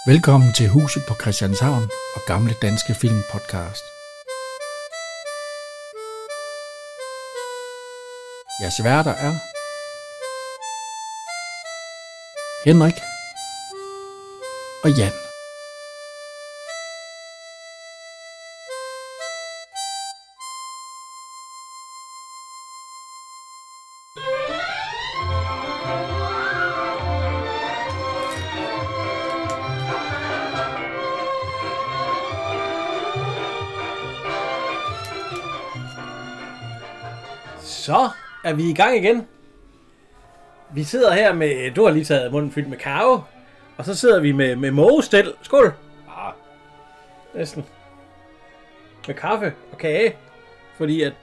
Velkommen til Huset på Christianshavn og Gamle Danske Film Podcast. Jeres værter er Henrik og Jan. Så er vi i gang igen. Vi sidder her med, du har lige taget munden fyldt med kaffe, og så sidder vi med mågestel. Skål! Næsten. Med kaffe og kage. Fordi at...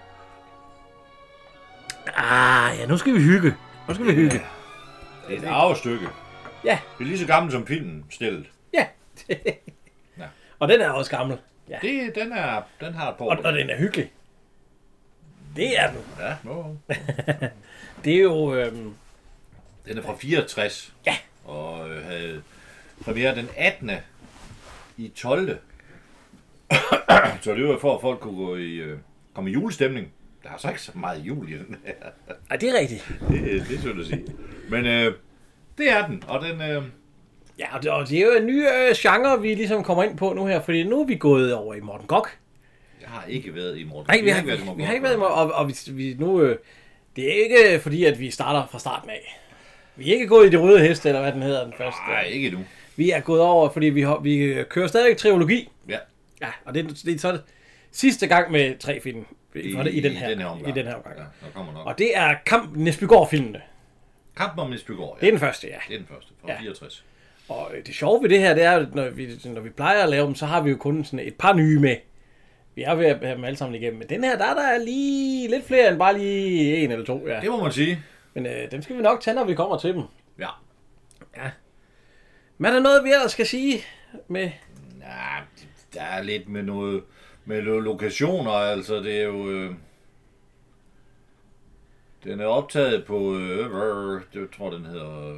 nu skal vi hygge. Nu skal vi hygge. Det er et arvestykke. Ja. Det er lige så gammelt som filmen stillet. Ja. Ja. Og den er også gammel. Ja. Den har et par år. Og den er hyggelig. Det er den. Ja, no. Det er jo... Den er fra 64. Ja. Og havde premiere den 18. i 12. Så det var for, at folk kunne komme i julestemning. Der er så ikke så meget jul i den her. Ej, det er rigtigt. Det er sødt at sige. Men det er den, og den... Ja, og det er jo en ny genre, vi ligesom kommer ind på nu her, fordi nu er vi gået over i Morten Korch. Jeg har ikke været i Morten. Nej, vi har ikke været i Morten, og vi nu... det er ikke fordi, at vi starter fra starten af. Vi er ikke gået i Det Røde Hest, eller hvad den hedder den første. Nej, ikke nu. Vi er gået over, fordi vi kører stadig trilogi. Ja. Ja, og det er så sidste gang med 3 film i den her omgang. Ja, der kommer nok. Og det er Næsbygård-filmene. Kampen om Næsbygård, ja. Det er den første, ja. Det er den første, fra 64. Og det sjove ved det her, det er, at når vi plejer at lave dem, så har vi jo kun sådan et par nye med. Vi er ved at have dem alle sammen igennem. Men den her, der er lige lidt flere end bare lige 1 eller 2. Ja. Det må man sige. Men dem skal vi nok tage, når vi kommer til dem. Ja. Ja. Men er der noget, vi ellers skal sige med... Nej, der er lidt med noget... Med lokationer, altså det er jo... den er optaget på... jeg tror, den hedder...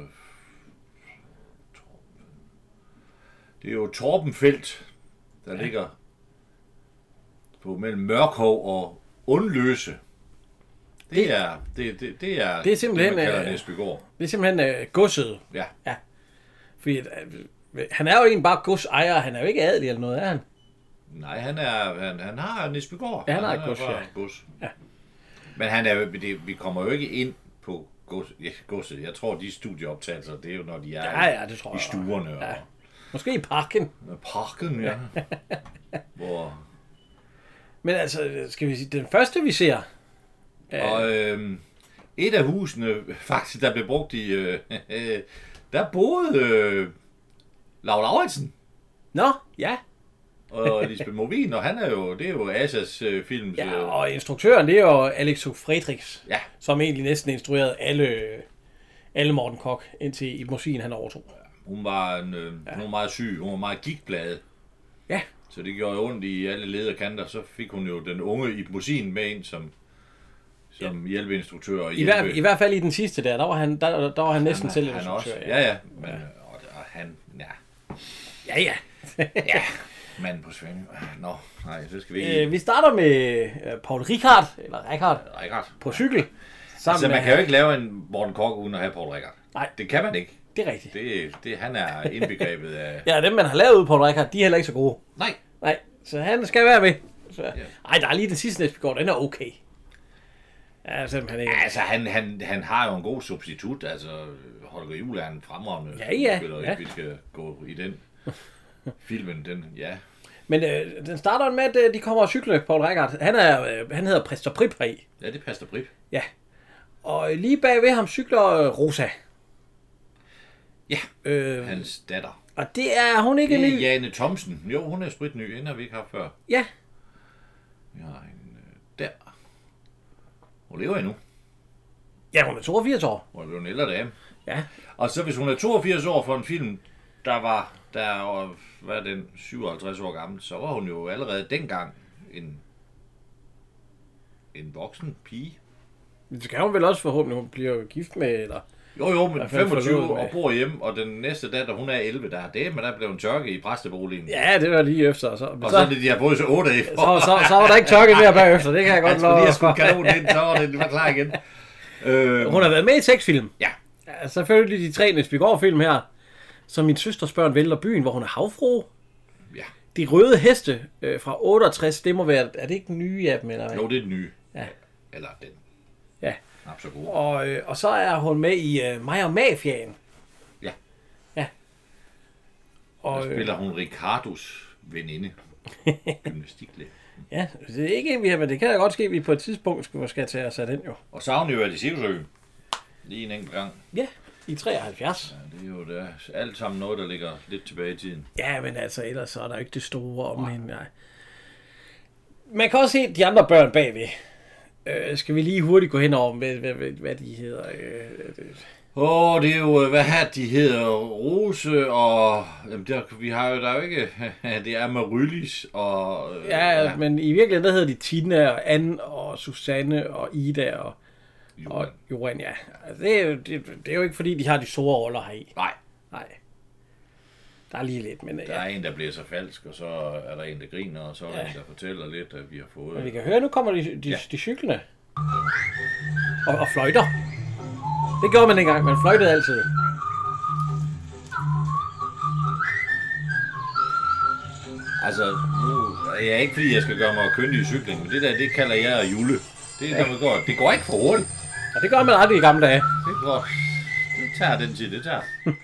Det er jo Torbenfeldt, der ligger på mellem Mørkhov og Undløse. Det er simpelthen det, man kalder Næsbygård. Det er simpelthen godset. Ja. Ja. Fordi han er jo egentlig bare godsejer, han er jo ikke adelig eller noget, er han? Nej, han har Næsbygård. Ja, han har et gods, ja. Ja. Men vi kommer jo ikke ind på godset. Jeg tror, de studieoptagelser, det er jo, når de er det tror i stuerne. Ja. Måske i parken. Parken, ja. Hvor... Men altså, skal vi sige, den første vi ser... Og et af husene, faktisk, der blev brugt i... der boede Lau Lauritsen. Nå, ja. Og Lisbeth Movin, og det er jo Asas film. Ja, og instruktøren, det er jo Alex Friedrichs, ja. Som egentlig næsten instruerede alle Morten Korch, indtil Ibn Mosin han overtog. Hun var meget syg, hun var meget gigtbladet. Ja. Så det gjorde ondt i alle led og kanter. Så fik hun jo den unge Ibn Mosin med ind som hjælpeinstruktør. Og I hvert fald i den sidste der var han næsten selv instruktør. Ja. Men, og han, ja. Ja. Ja, manden på sving. Nå, nej, så skal vi... vi starter med Paul Rickard på cykel. Altså, man kan jo ikke lave en Morten Korch uden at have Paul Rickard. Nej. Det kan man ikke. Det er rigtigt. Han er indbegrebet af... Ja, dem man har lavet ud på Paul Rickard, de er heller ikke så gode. Nej, så han skal være med. Så. Ja. Ej, der er lige den sidste Næsbygård, den er okay. Ja, selvom han ikke... Altså, han har jo en god substitut. Altså, Holger Juhl er en fremragende skuespiller, ja. Vi skal gå i den filmen, den, ja. Men den starter med, at de kommer og cykle, Paul Rickard. Han hedder Præster Prip heri. Ja, det er Præster Prip. Ja. Og lige bagved ham cykler Rosa. Ja, hans datter. Og det er hun ikke ny. Jane Thomsen. Jo, hun er spritny, den har vi ikke haft før. Ja. Vi har en der. Hun lever endnu. Ja, hun er 82 år. Hun er blevet en ældre dame. Ja. Og så hvis hun er 82 år for en film, der var den 57 år gammel, så var hun jo allerede dengang en voksen pige. Det skal hun vel også forhåbentlig, hun bliver gift med, eller Jo, men hvert fald 25 forlovet med. og bor hjemme, og den næste datter, hun er 11, der blev en tørke i præsteboligen. Ja, det var lige efter. Og så er det, de har boet så 8 af. Så var der ikke tørke mere bagefter, det kan jeg godt love. Jeg skulle kanon ind, så var det var klar igen. Hun har været med i 6 film. Ja. Selvfølgelig de 3 Nesbygård-film her, som Min søsters børn vælter byen, hvor hun er havfrue. Ja. De røde heste fra 68, det må være, er det ikke den nye af dem, eller hvad? Jo, det er den nye. Ja. Eller den. Ja. Knap så god. Og så er hun med i Mig og Mafiaen. Ja. Ja. Og Der spiller hun Ricardos veninde. Gymnastiklærer. ja, det er ikke en, vi har, men det kan da godt ske, at vi på et tidspunkt skal tage os af den jo. Og savner jo, at de Sivsø. Lige en enkelt gang. Ja, i 73. Ja, det er jo det. Alt sammen noget, der ligger lidt tilbage i tiden. Ja, men altså, ellers så er der jo ikke det store om hende. Nej. Man kan også se de andre børn bagved. Skal vi lige hurtigt gå hen over, hvad de hedder? Det er jo, hvad her de hedder, Rose og... Jamen, vi har jo, der er jo ikke... det er Maryllis og... Ja, men i virkeligheden, der hedder de Tina og Anne og Susanne og Ida og Johan, ja. Altså, det er jo ikke, fordi de har de store roller heri. Nej. Der er lige lidt, men Der er en, der bliver så falsk, og så er der en, der griner, og så er der en, der fortæller lidt, at vi har fået... Men vi kan høre, nu kommer de cyklerne. Og fløjter. Det gjorde man engang, man fløjtede altid. Altså, nu er jeg ikke, fordi jeg skal gøre mig køndig i cykling, men det der, det kalder jeg at jule. Det går ikke for hurtigt. Og det gør man aldrig i gamle dage. Det tager den tid, det tager.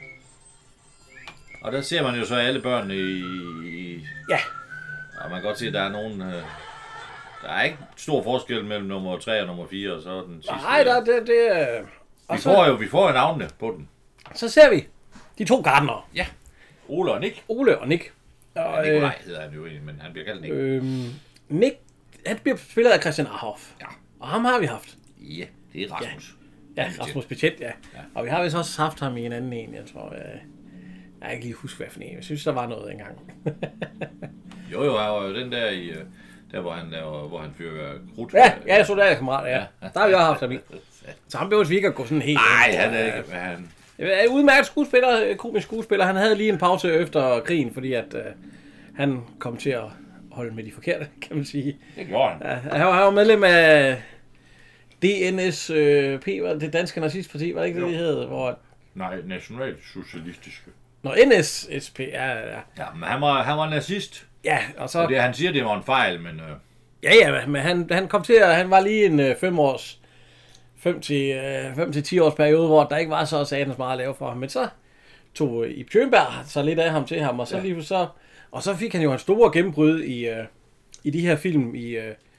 Og der ser man jo så alle børnene i... Ja. Og man kan godt se, at der er nogen... Der er ikke stor forskel mellem nummer 3 og nummer 4, og så den sidste. Nej, det... Vi får jo navnene på den. Så ser vi de 2 gartnere. Ja. Ole og Nick. Ole og Nick. Og, Nikolaj hedder han jo egentlig, men han bliver kaldt Nick. Nick, han bliver spillet af Christian Arhoff. Ja. Og ham har vi haft. Ja, det er Rasmus. Ja, Rasmus Betjent, ja. Og vi har vist også haft ham i en anden en, jeg tror. Jeg kan ikke lige huske, hvad for en. Jeg synes, der var noget engang. jo, der var jo den der i... Der, hvor han fyrer krudt. Ja, jeg så der, kammerat, ja. Der har vi også haft ham i. Så han behøver vi ikke at gå sådan helt... Nej, han er ikke... Han... Jeg er udmærket skuespiller, komisk skuespiller. Han havde lige en pause efter krigen, fordi at han kom til at holde med de forkerte, kan man sige. Det gjorde han. Ja, han var medlem af DNSP, var det danske nazistparti, var det ikke det, det hed? Hvor... Nej, nationalsocialistiske. Nå, NSSP, ja. Ja, men han var nazist. Ja, og så... Og det, han siger, det var en fejl, men... Ja, men han kom til at... Han var lige en 5 til 10 års periode, hvor der ikke var så satans meget at lave for ham. Men så tog Ib Schønberg så lidt af ham til ham, og så lige så... Og så fik han jo en store gennembrud i de her film, i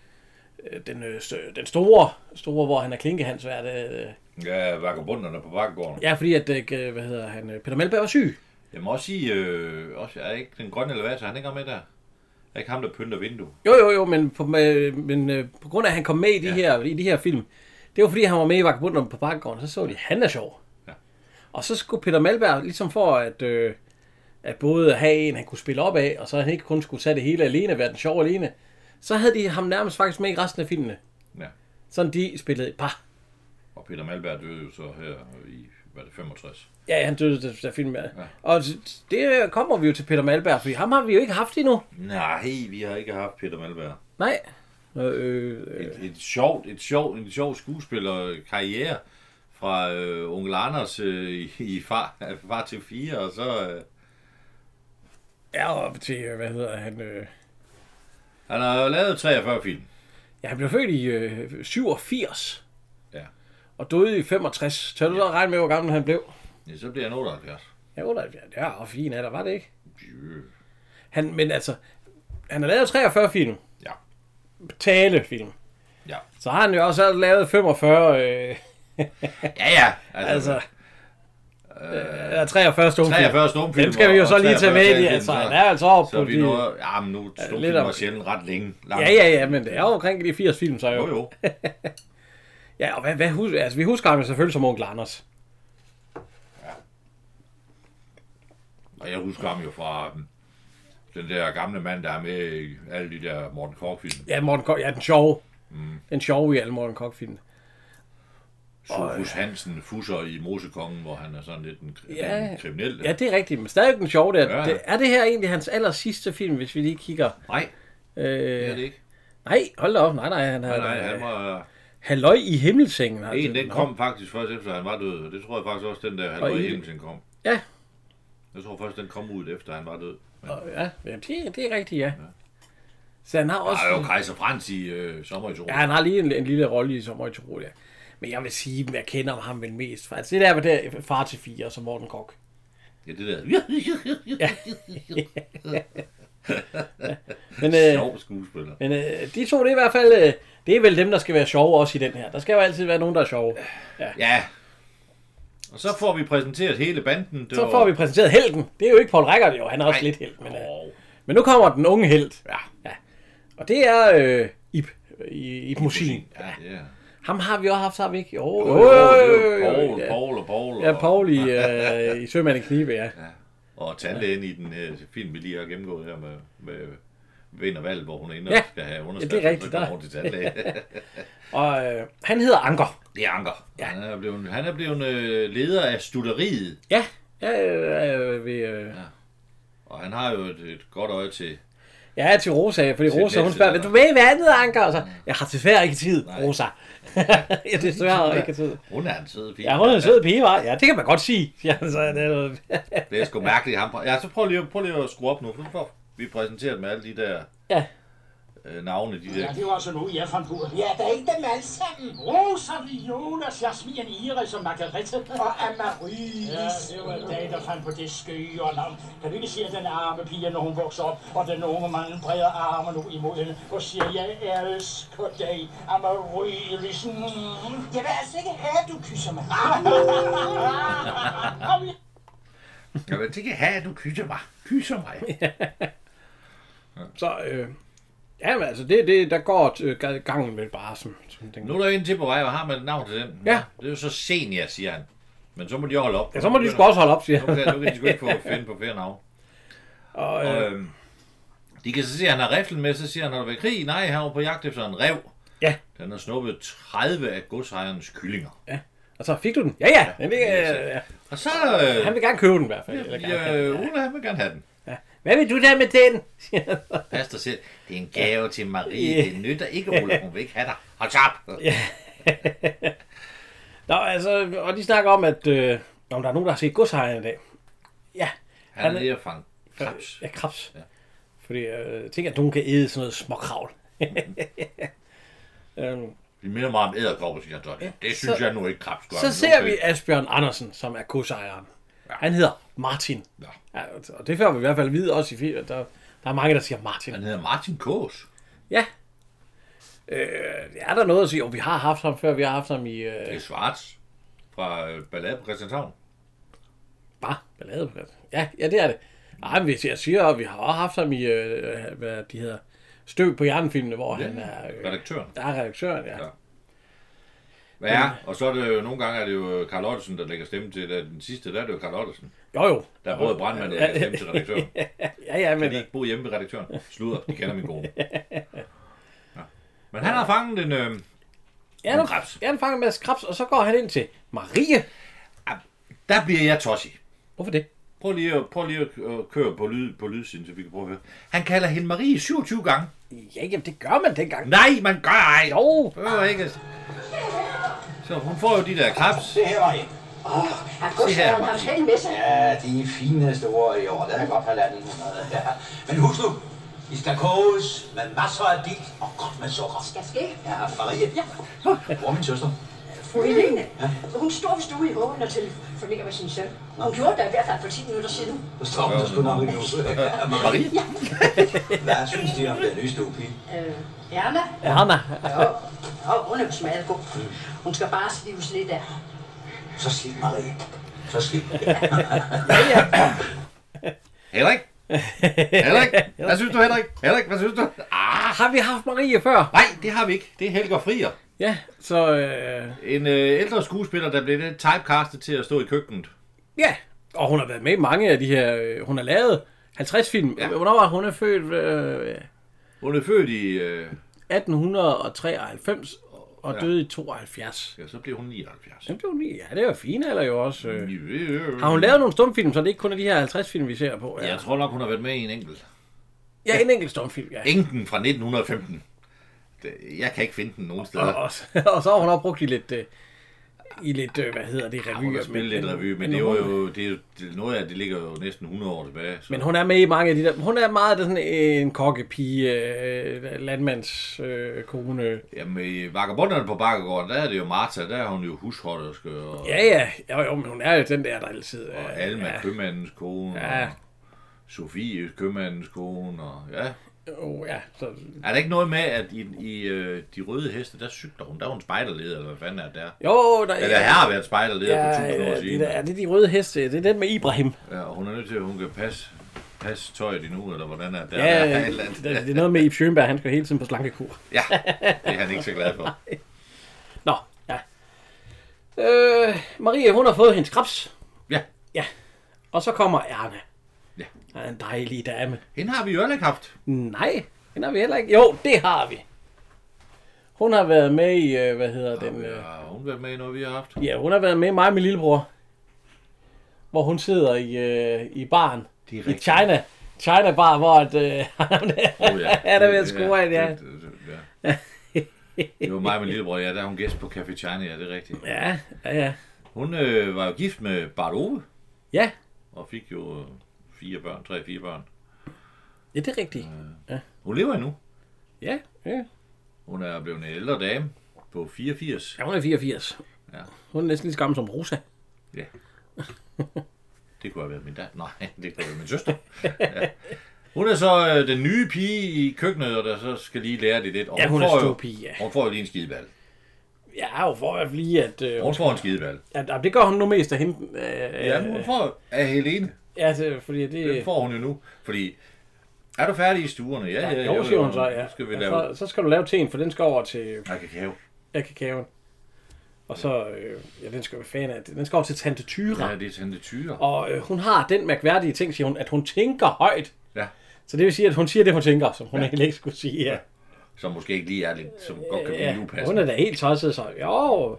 den store, hvor han er klinkehans værd. Ja, vagabunderne på Bakkegården. Ja, fordi at, Peter Melberg var syg. Jeg må også sige, er ikke den grønne elevator, han ikke er med der? Er ikke ham, der pynter vindue? Jo, men på grund af, at han kom med i de her film, det var fordi, han var med i Vagabunderne på Bakkegården, så de, han er sjov. Ja. Og så skulle Peter Melberg, ligesom for at både have en, han kunne spille op af, og så han ikke kun skulle tage det hele alene, være den sjov alene, så havde de ham nærmest faktisk med i resten af filmene. Ja. Sådan de spillede et par. Og Peter Melberg døde jo så her i, hvad det, 65? Ja, han døde, da filmen er. Ja. Og det kommer vi jo til Peter Melberg, for ham har vi jo ikke haft endnu. Nej, vi har ikke haft Peter Melberg. Nej. En sjov skuespillerkarriere fra onkel Anders i far til 4, og så... Ja, og til, hvad hedder han... Han har lavet 43 film. Ja, han blev født i 87. Ja. Og døde i 65. Tør du så regne med, hvor gammel han blev? Ja, så bliver han 78. Ja, 78. Ja, og fin alder, var det ikke? Men altså, han har lavet 43 film. Ja. Talefilm. Ja. Så har han jo også lavet 45... Ja. Altså 43 stumfilm. 43 stumfilm. Dem skal vi jo så lige tage med i. Altså, han er altså oppe på de... Ja, men nu stumfilm var sjældent ret længe. Ja, men det er jo omkring de 80 film, så jo. Jo. Ja, og hvad husker... Altså, vi husker ham selvfølgelig som onkel Anders. Ja. Og jeg husker ham jo fra den der gamle mand, der er med i alle de der Morten Korch-film. Ja, Morten Korch, ja, den sjove. Den sjove i alle Morten Korch-film. Sofus Hansen fusser i Mosekongen, hvor han er sådan lidt en kriminel. Ja, det er rigtigt, men stadig den sjove der. Ja. Er det her egentlig hans aller sidste film, hvis vi lige kigger? Nej, det er det ikke. Nej, hold da op. Nej, han var... Halløj i himmelsengen. Den kom faktisk først efter, han var død. Det tror jeg faktisk også, den der Halløj i himmelsengen kom. Ja. Jeg tror først, den kom ud efter, han var død. Ja, det er rigtigt, ja. Så han har også... Der er jo Kejser Frans i Sommer i Tyrol. Ja, han har lige en lille rolle i Sommer i Tyrol, ja. Men jeg vil sige, at jeg kender ham vel mest. For altså, det der var der Far til 4, som Morten Korch. Ja, det der. Men, sjov skuespiller. Men de to, det er i hvert fald... det er vel dem, der skal være sjove også i den her. Der skal jo altid være nogen, der er sjove. Ja. Og så får vi præsenteret hele banden. Så får vi præsenteret helten. Det er jo ikke Paul Reichert, jo. Han er også lidt helt. Men nu kommer den unge helt. Ja. Og det er Ib Mossin. Ja, det er. Ham har vi også haft, har vi ikke? Paul. Ja, Paul i Sømand i Knibe, ja. Og tandlægen i den film, vi lige har gennemgået her med Vind og Valg, hvor hun er inde og skal have underskrift. Ja, det er rigtigt, der. Til tandlæge. Og han hedder Anker. Det er Anker. Ja. Han er blevet leder af studeriet. Ja. Og han har jo et godt øje til... Ja, til Rosa, fordi Rosa, hun spørger, vil du med i vandet, Anker? Og så, jeg har desværre ikke tid, Rosa. Jeg har desværre ikke tid. Hun er en sød pige. Ja, hun er en sød pige, var. Ja, det kan man godt sige. Ja, så det er sgu mærkeligt. Ja, så prøv lige at skrue op nu. Vi præsenterer med alle de der navne. De der. Ja, det var altså noget, jeg fandt på. Ja, der er ikke dem alle sammen. Rosa, Viola, Jasmin, Iris og Margarete. Og Amarylis. Ja, det var dag, der fandt på det skøre navn. Kan du ikke sige, at den arme pige, når hun vokser op, og den unge mand breder armen ud imod hende, og siger, jeg elsker dig, Amarylis. Jeg vil altså ikke have, at du kysser mig. Jeg vil ikke have, at du kysser mig. Så, men altså, der går gangen vel bare som den. Nu er der en til på vej, og har man et navn til den? Ja. Det er jo så Senior, siger han. Men så må de holde op. Ja, så må de sgu også holde op, siger han. Nu kan de sgu ikke få finde på flere navn. Og de kan så se, at han har riflen med, så siger han, har der været krig? Nej, han var på jagt efter en ræv. Ja. Den har snuppet 30 af godsejernes kyllinger. Ja. Og så fik du den? Ja. Ja. Og så... han vil gerne købe den i hvert fald. Ulla, han vil gerne have den. Ja. Hvad vil du der med den? Pas dig selv. Det er en gave til Marie. Det nytter ikke, Ulla. Hun vil ikke have dig. Hold så op! Ja. Nå, altså, og de snakker om, at om der er nogen, der har set godsejeren i dag. Ja. Han er lige at fange krebs. Ja, krebs. Ja. Fordi jeg tænker, at nogen kan æde sådan noget småkravl. Vi minder meget om æderkopper, siger jeg. Det synes jeg nu ikke krebs gør. Så ser vi Asbjørn Andersen, som er godsejeren. Ja. Han hedder Martin. Ja, og det får vi i hvert fald at vide også i filmen. Der er mange, der siger Martin. Han hedder Martin Kås. Ja. Er der noget at sige? Vi har haft ham før. Vi har haft ham i... Det er Schwarz fra Ballade på Christianshavn. Hvad? Ballade på Christianshavn? Ja, det er det. Nej, men jeg siger, at vi har også haft ham i, hvad de hedder, Støv på Jernfilmene, hvor han er... redaktøren. Der er redaktøren, ja. Ja, og så er det jo nogle gange, er det jo Carl Ottesen, der lægger stemme til den sidste, der er det jo Carl Ottesen. Jo. Der er både brandmanden, der lægger stemme til redaktøren. Ja, men... Kan de ikke bo hjemme ved redaktøren? Sluder, de kender min kone. Ja. Men han har fanget en krebs. Ja, han fanger en masse krebs, og så går han ind til Marie. Der bliver jeg tossi. Hvorfor det? Prøv lige at køre på lydsiden, så vi kan prøve at høre. Han kalder hende Marie 27 gange. Ja, jamen det gør man dengang. Nej, man gør ej. Jo. Ikke. Så hun får jo de der krebs. Det her var en. Se her, Marie. Ja, de fineste ord i år. Det er godt 1.500. Ja. Men husk nu, I skal koges med masser af dild og godt med sukker. Skal ske? Ja, Marie. Ja. Hvor er min søster? Fru Helene. Ja. Hun står ved stue i hånden og telefonerer med sin søn. Og hun gjorde det i hvert fald for 10 minutter siden. Så står hun der sgu nok ikke nu. Marie? Ja. Hvad synes de om den nye stuepige? Erna? Erna. Jo, hun er jo smadret god. Hun skal bare slives lidt af. Så sig Marie. Så sig. Ja. Henrik? Hvad synes du, Henrik, hvad synes du? Har vi haft Marie før? Nej, det har vi ikke. Det er Helger Frier. Ja, så... En ældre skuespiller, der blev lidt typecastet til at stå i køkkenet. Ja, og hun har været med i mange af de her... hun har lavet 50 film. Ja. Hvornår var hun født? Hun er født i... 1893. og døde i 72. Ja, så blev hun 79. Ja, det er jo fint, eller jo også. Har hun lavet nogle stumfilm, så det ikke kun er de her 50 film, vi ser på? Ja. Jeg tror nok, hun har været med i en enkelt. Ja, en enkelt stumfilm, ja. Enken fra 1915. Jeg kan ikke finde den nogen steder. Og så har hun også brugt i lidt, hvad hedder det, revyer. Hun har spillet lidt revy, men det er jo noget af det ligger jo næsten 100 år tilbage. Så. Men hun er med i mange af de der. Hun er meget sådan en kokkepige, landmandskone. Jamen i Vagabonderne på Bakkegården, der er det jo Martha, der er hun jo husholderske. Og, Ja, jo, men hun er jo den der altid. Og Alma, købmandens kone, og Sofie, købmandens kone, og ja. Ja. Så... Er der ikke noget med, at i De Røde Heste, der cykler hun? Der er hun spejderleder, eller hvad fanden er det der? Jo, der har været spejderleder for 1000 år siden. Det er De Røde Heste, det er den med Ibrahim. Ja, og hun er nødt til, at hun kan passe tøjet endnu, eller hvordan er det? Det er noget med Ib Schønberg, han skal hele tiden på slankekur. Ja, det er han ikke så glad for. Nå, ja. Marie, hun har fået hendes krebs. Ja. Og så kommer Erna. Ja. En dejlig dame. Hende har vi jo ikke haft. Nej, hende har vi heller ikke. Jo, det har vi. Hun har været med i, hvad hedder den? Ja, hun har været med i noget, vi har haft. Ja, hun har været med i mig og min lillebror. Hvor hun sidder i baren. I China bar, hvor at, er der ved at score en, ja. Det var mig og min lillebror, ja, der er hun gæst på Café China, ja, det er rigtigt. Ja. Hun var jo gift med Bart Ove. Ja. Og fik jo 4 børn. Ja, det er rigtigt. Ja. Hun lever endnu. Ja. Hun er blevet en ældre dame på 84. Ja, hun er 84. Ja. Hun er næsten lige så gammel som Rosa. Ja. Det kunne have været min datter. Nej, det kunne have været min søster. Ja. Hun er så den nye pige i køkkenet, og der så skal lige lære det lidt. Og hun er stor pige, ja. Hun får jo lige en skideball. Ja, hun får lige at... hun får en skideball. Ja, det gør hun nu mest af hende. Ja, hun får af Helene. Ja, fordi det... Den får hun jo nu, fordi... Er du færdig i stuerne? Ja. Jo, siger hun så, ja. Skal vi lave... Så skal du lave teen, for den skal over til... Ja, kakaoen. Og så... den skal være fan af det. Den skal over til Tante Tyra. Ja, det er Tante Tyra. Og hun har den mærkværdige ting, siger hun, at hun tænker højt. Ja. Så det vil sige, at hun siger det, hun tænker, som hun egentlig ikke skulle sige, ja. Som måske ikke lige er lidt, som godt kan blive upassende. Hun er da helt tosset, så jo.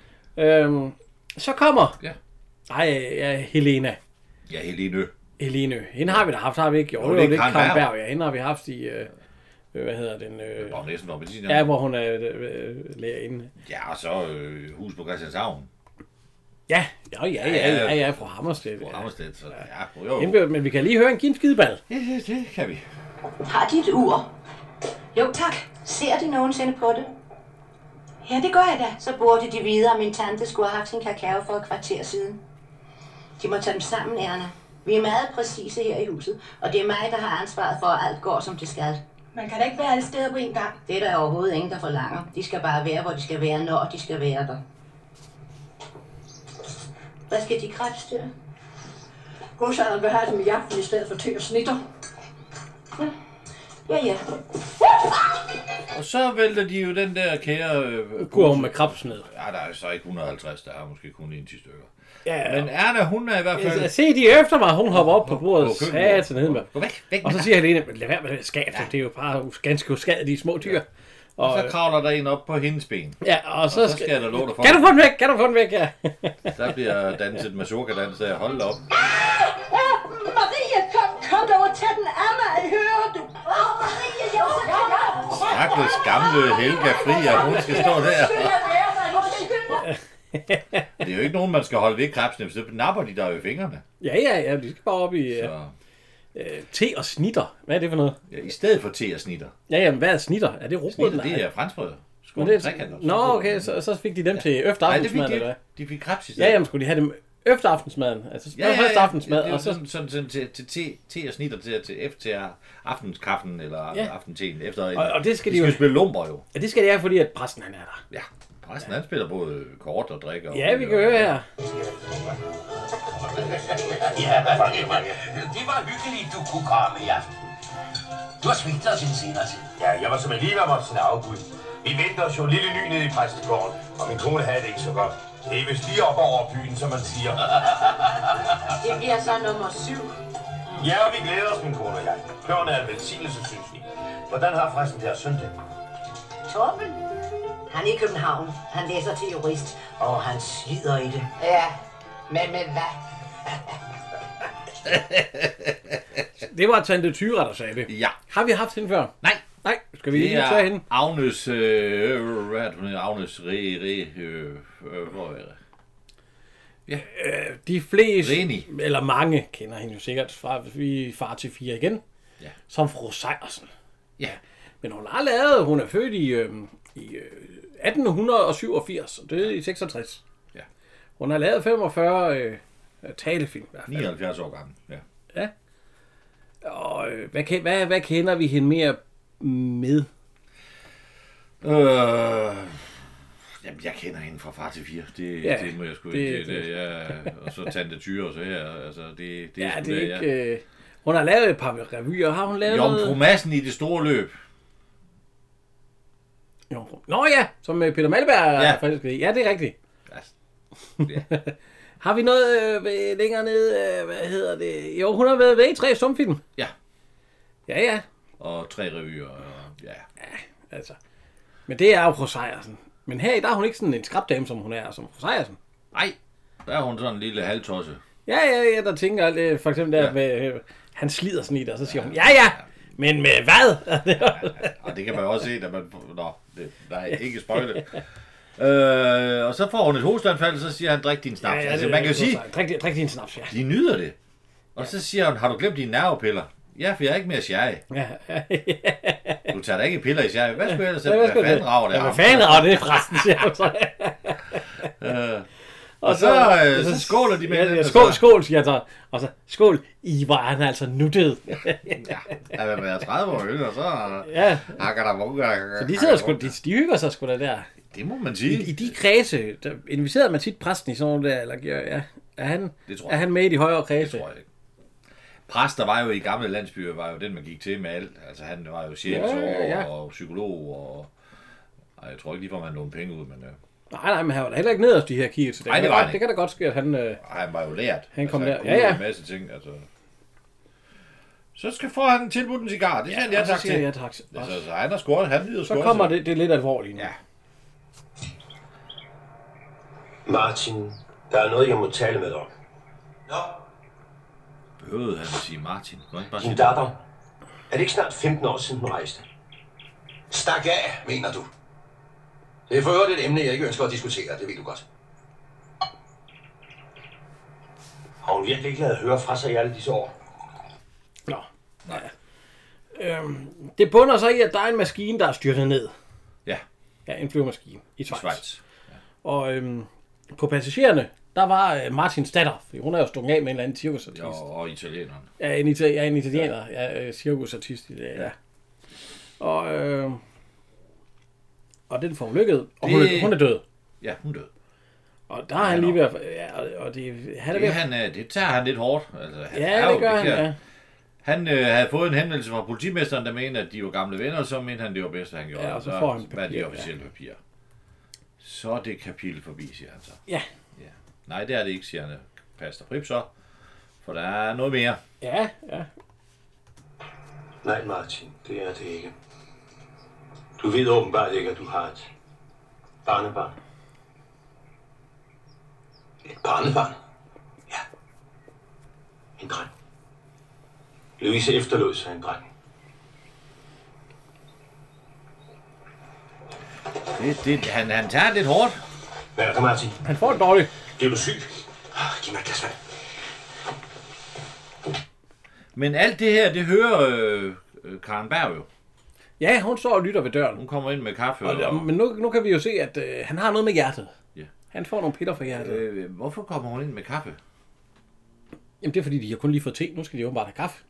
Så kommer... Ja. Helena. Ja, Helene. Hende har vi da haft, har vi ikke? Jo, det er ikke Kramberg, ja. Hende har vi haft i... hvad hedder den? Næsten op i tiden. Ja, hvor hun er lærerinde. Ja, og så hus på Christianshavn. Ja, fra Hammerstedt. Fra Hammerstedt, så ja. Men vi kan lige høre en skideball. Ja, det kan vi. Har de et ur? Jo, tak. Ser de nogensinde på det? Ja, det gør jeg da. Så burde de videre, at min tante skulle have haft sin kakao for et kvarter siden. De må tage dem sammen, Erna. Vi er meget præcise her i huset, og det er mig, der har ansvaret for, at alt går, som det skal. Man kan da ikke være alle steder på en gang. Det er der overhovedet ingen, der forlanger. De skal bare være, hvor de skal være, når de skal være der. Hvad skal de krebs til? Godsejeren vil have dem i aften i stedet for te og snitter. Ja. Og så vælter de jo den der kære... kurven med krebs ned. Ja, der er så ikke 150, der er måske kun 1-10 stykker. Ja. Men Erna, hun er i hvert fald... Se, de efter mig, hun hopper op på bordet, satan ned med. Gå væk. Og så siger Helene, lad være med skab, det er jo bare ganske uskadelige små dyr. Og så kravler der en op på hendes ben. Ja, og så skal jeg da love dig for. Kan du få den væk, ja. Der bliver danset mazurka-dans der. Hold op. Marie, kom dog og tag den af mig, hører du? Marie, Stakkels gamle Helga Fri, hun skal stå der. Det er jo ikke nogen, man skal holde ved krebsene, så napper de der jo i fingrene. Ja, de skal bare op i... te og snitter. Hvad er det for noget? Ja, i stedet for te og snitter. Ja, jamen, hvad er snitter? Er det rugbrød? Snitter, det er franskbrød. Nå, okay, så fik de dem til efter aftensmaden, eller hvad? De fik krebs i stedet. Ja, jamen, skulle de have dem efter aftensmaden? Altså, først aftensmad, og så... Sådan til te og snitter til efter aftenskaffen, eller aftenteen. Og det skal de jo spille lumper jo. Ja, det skal de have, fordi at præsten han er der. Ja, præsten han spiller både kort og drikker. Ja, vi kan høre her. Ja, det var hyggeligt, du kunne komme i aften. Du har svigtet os en senere tid. Ja, jeg var som alligevel måtte sin afbud. Vi venter os jo en lille ny nede i præstegården, og min kone havde det ikke så godt. Det er vist lige op over byen, som man siger. Det bliver så nummer 7. Ja, og vi glæder os, min kone og jeg. Køren er en velsignelse, synes vi. Hvordan har forresten deres søn det? Torben? Han er i København. Han læser til jurist, og han slider i det. Ja, men med hvad? Det var Tante Tyra, der sagde det. Ja. Har vi haft hende før? Nej. Nej, skal vi Det lige tage er hende? Agnes, hvad er det, hun hedder? Agnes hvor er det? De fleste, Reni. eller mange, kender hende jo sikkert fra vi Far til 4 igen. Ja. Som fru Sejersen. Ja. Men hun er født i 1887, og døde i 66. Ja. Hun har lavet 45 talefilm. I hvert fald. 79 år gammel, ja. Ja. Og hvad kender vi hende mere med? Jamen, jeg kender hende fra Far til 4. Det må jeg sgu det- ikke. Og så Tante Tyre og så her. Altså, det er sgu det er ikke... Hun har lavet et par revyer. Har hun lavet Jomfru Madsen i det store løb. Jomfru. Nå ja, som Peter Malberg er forelsket i. Ja, det er rigtigt. Ja. Har vi noget længere nede? Hvad hedder det? Jo, hun har været ved i 3 stumfilm. Ja. Ja. Og 3 revyer. Ja. Altså. Men det er jo fru Sejersen. Men her i dag er hun ikke sådan en skrabdame, som hun er, som fru Sejersen. Nej, der er hun sådan en lille halvtosse. Ja, der tænker alt, for eksempel der med, han slider sådan i det, og så siger hun, ja, men med hvad? Og det kan man jo også se, at man... Nej, ikke spoil det. Og så får hun et hosteanfald, og så siger han, drik din snaps. Ja, altså, man kan jo sige, drik din snaps, ja. de nyder det. Og så siger hun, har du glemt dine nervepiller? Ja, for jeg er ikke mere sherry. Du tager da ikke piller i sherry. Hvad skulle jeg ellers sætte? Hvad fanden rager det? Ja, hvad fanden rager det forresten, siger hun så. Og så skåler de med det. Skål, siger han så. Og så, skål, hvor er han altså nuttet. Ja, man er 30 år yngre, så hakker der vunker. Så de sidder sgu, de hygger sig sgu da der. Det må man sige. I de kredse, der inviterede man tit præsten i sådan nogle der, eller er han med i de højere kredse? Det tror jeg ikke. Præster var jo i gamle landsbyer, var jo den, man gik til med alt. Altså han var jo sjælsord og psykolog, og jeg tror ikke lige, for man låne penge ud, men... Nej, men han var da heller ikke nederst de her kigger til det. Nej, det var han. Det kan da godt ske, at han... Han var jo lært. Han kom altså, der. Ja. En masse ting, altså. Så får han tilbudt en cigar. Det siger han tak til. Ja, tak. Så han har scoret. Han lyder så kommer det lidt alvorligt nu. Ja. Martin, der er noget, jeg må tale med dig om. Nå, Behøvede han at sige Martin? Din datter, er det ikke snart 15 år siden, hun rejste? stak af, mener du? Det er for øvrigt et emne, jeg ikke ønsker at diskutere, det ved du godt. Har hun virkelig ikke ladet høre fra sig i alle disse år? Nå. Ja. Det bunder så i, at der er en maskine, der er styrtet ned. Ja. Ja, en flyvemaskine i Schweiz. Ja. Og på passagererne, der var Martins datter. Hun er jo stukket af med en eller anden cirkusartist. Ja, og italieneren. Ja, en italiener. Ja, cirkusartist. Ja. Og den får hun lykket. Og hun er død. Ja, hun død. Og der er han lige ved at... Ja, og det tager han lidt hårdt. Altså, det gør han, ja. Han havde fået en henvendelse fra politimesteren, der mente, at de var gamle venner, og så mente han, det var bedst, at han gjorde. Ja, og så får han papir, hvad er de officielle papirer? Så er det kapitel forbi, siger han så. Ja. Nej, det er det ikke, siger han. Pastor Prip så. For der er noget mere. Ja. Nej, Martin, det er det ikke. Du ved åbenbart ikke, at du har et barnebarn. Et barnebarn? Ja. En dreng. Louise efterlod sig en dreng. Han tager lidt hårdt. Hvad er der, Martin? Han får det dårligt. Bliver du syg? Giv mig et glas vand. Men alt det her, det hører Karen Berg jo. Ja, hun står og lytter ved døren. Hun kommer ind med kaffe. Men nu kan vi jo se, at han har noget med hjertet. Ja. Han får nogle piller fra hjertet. Hvorfor kommer hun ind med kaffe? Jamen det er fordi, de har kun lige fået te. Nu skal de åbenbart have kaffe.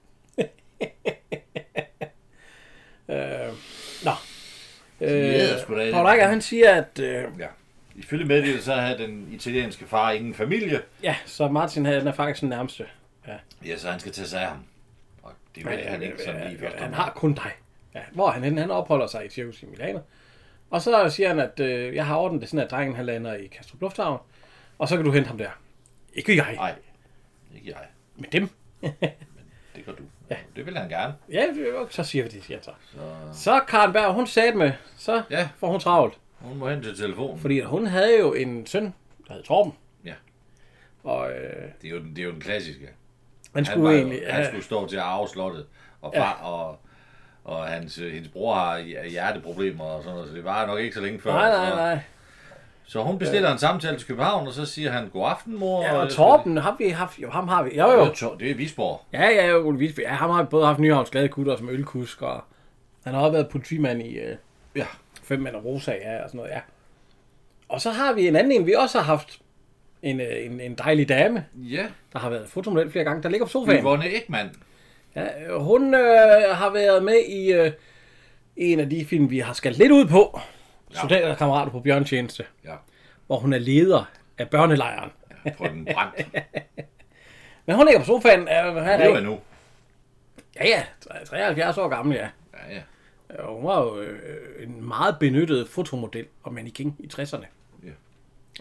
Nå. Paul Eicher, han siger, at... Ifølge meddelelse, så havde den italienske far ingen familie. Ja, så Martin er faktisk den nærmeste. Ja, så han skal tage sig af ham. Og det vil han ikke sådan lige først. Han har kun dig. Ja, hvor er han henne? Han opholder sig i cirkus i Milano. Og så siger han, at jeg har ordnet det sådan, at drengen han lander i Kastrup Lufthavn. Og så kan du hente ham der. Ikke jeg. Nej, ikke jeg. Med dem. Men det gør du. Ja. Det vil han gerne. Ja, så siger vi det. Ja, så Karen Berg, hun sagde med, så får hun travlt. Hun må hen til telefonen. Fordi hun havde jo en søn, der hed Torben. Ja. Og Det er jo den klassiske. han skulle Han skulle stå til at arve slottet, og far, og hendes bror har hjerteproblemer og sådan noget, så det var nok ikke så længe før. Nej. Så hun bestiller en samtale til København, og så siger han, god aften, mor. Ja, og Torben har vi haft, jo, ham har vi. Jo. Det er Visborg. Ja, Ole Visby. Ja, ham har vi både haft Nyhavns Gladekutter som ølkusk, og han har også været politimand i 5 mand og Rosa, ja, og sådan noget, ja. Og så har vi en anden, vi også har haft en dejlig dame, der har været fotomodel flere gange, der ligger på sofaen. Yvonne Ekman. Ja, hun har været med i en af de film, vi har skalt lidt ud på. Soldater og kammerater på bjørntjeneste. Ja. Hvor hun er leder af børnelejren. Ja, på den brand. Men hun ligger på sofaen. Det er jo nu. Ja, 73 år gammel, ja. Ja. Og hun var jo en meget benyttet fotomodel og mannequin i 60'erne. Ja.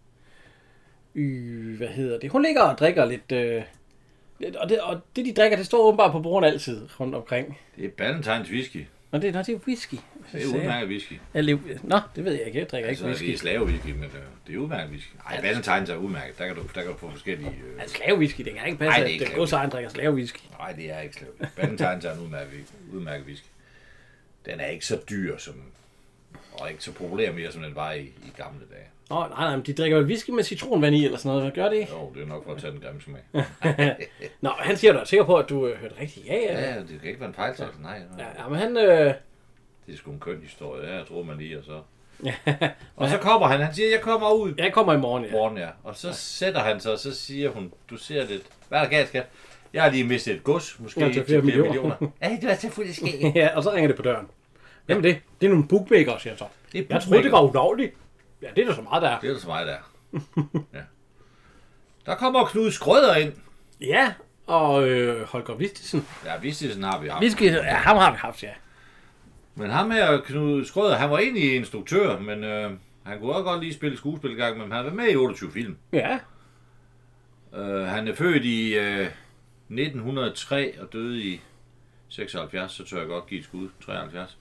Hvad hedder det? Hun ligger og drikker lidt... Og det, de drikker, det står åbenbart på borden altid rundt omkring. Det er Ballantines whisky. Nå, det er whisky. Det er udmærket whisky. Nå, det ved jeg ikke. Jeg drikker ikke whisky. Det er slavewhisky, men det er udmærket whisky. Nej, Ballantines er udmærket. Der kan du få forskellige... Slavewhisky, det kan ikke passe, at det godsejeren drikker slavewhisky. Nej, det er ikke slavewhisky. Ballantines er en udmærket whisky. Den er ikke så dyr som... Og ikke så populær mere, som den var i gamle dage. Nej, men de drikker jo whisky med citronvand i, eller sådan noget. Gør det ikke? Jo, det er nok for at tage den grimme smag. Nå, han siger, du er sikker på, at du hørte rigtigt. Ja, det kan ikke være en fejltagelse. Nej. Ja, men han... Det er sgu en køn historie, ja, jeg tror man lige, og så... Og så kommer han siger, jeg kommer ud. Jeg kommer i morgen, ja. Morgen, ja. Og så sætter han sig, og så siger hun, du ser lidt... Hvad er der galt, skat? Jeg har lige mistet et gods, måske til flere millioner. Ja, det var selvfølgelig ske. Ja, og så ringer det på døren. Jamen det er nogle bookmakers, siger så. Jeg troede, det var ulovligt. Ja, det er der så meget, der er. Det er der så meget, der er. Ja. Der kommer Knud Skrøder ind. Ja, og Holger Vistisen. Ja, Vistisen har vi haft. Ja, ham har vi haft, ja. Men ham her, Knud Skrøder, han var egentlig instruktør, men han kunne også godt lige spille skuespil gang, men han var med i 28 film. Ja. Han er født i 1903 og døde i 76, så tør jeg godt give et skud. 73.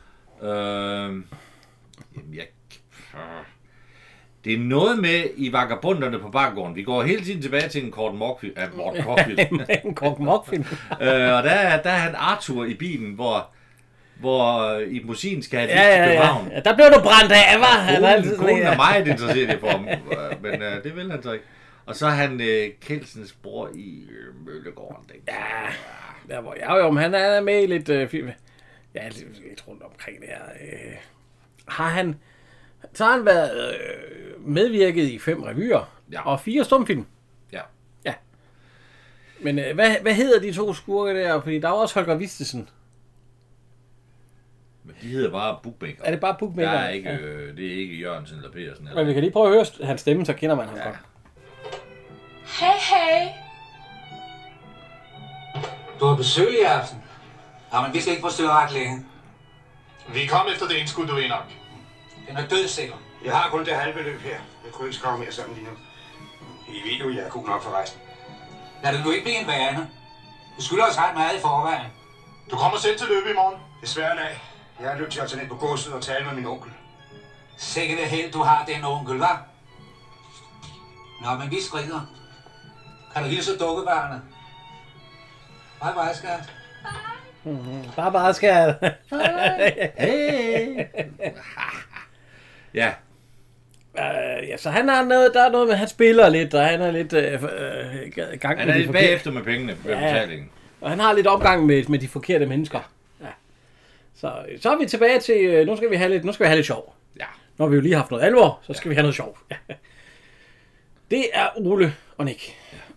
Det er noget med i Vagabunderne på Baggården. Vi går hele tiden tilbage til en Kort Mok-film. En Kort Mok-film. Og der er han Arthur i bilen, hvor i musikken skal have lige til København. Ja, der blev du brændt af, hva'? Konen er meget interesseret i for ham, men det vil han så ikke. Og så er han Kjeldsens bror i Møllegården. Ja, hvor jo, men han er med i lidt film. Ja, lidt rundt omkring det her. Så har han været medvirket i 5 revyer og 4 stumfilm. Ja. Men hvad hedder de 2 skurke der? Fordi der er også Holger Vistisen. Men de hedder bare Bookmaker. Er det bare Bookmaker? Der er ikke, det er ikke Jørgensen eller Petersen. Men vi kan lige prøve at høre hans stemme, så kender man ham godt. Hej. Du har besøg i aften. Ja, men vi skal ikke forstyrre ret længe. Vi kom efter det indskud, du er nok. Den er dødsikker. Jeg har kun det halve beløb her. Jeg kunne ikke skrave mere sammen lige nu. I ved jo, jeg er god nok for resten. Lad det nu ikke blive en vane. Du skylder os ret meget i forvejen. Du kommer selv til løbe i morgen. Desværre nej. Jeg er nødt til at tage ned på godset og tale med min onkel. Sikkert held, du har den onkel, hva'? Nå, men vi skrider. Kan du hilse dukkebarnet? Hej, skat. Bare skat. Hey. Ja. Ja, så han har noget, der er noget med, han spiller lidt, og han er lidt gang han er lidt bagefter med pengene ved betalingen. Og han har lidt omgang med de forkerte mennesker. Ja. Så er vi tilbage til, nu skal vi have lidt sjov. Ja. Når vi jo lige har haft noget alvor, så skal vi have noget sjov. Ja. Det er Ole og Nick.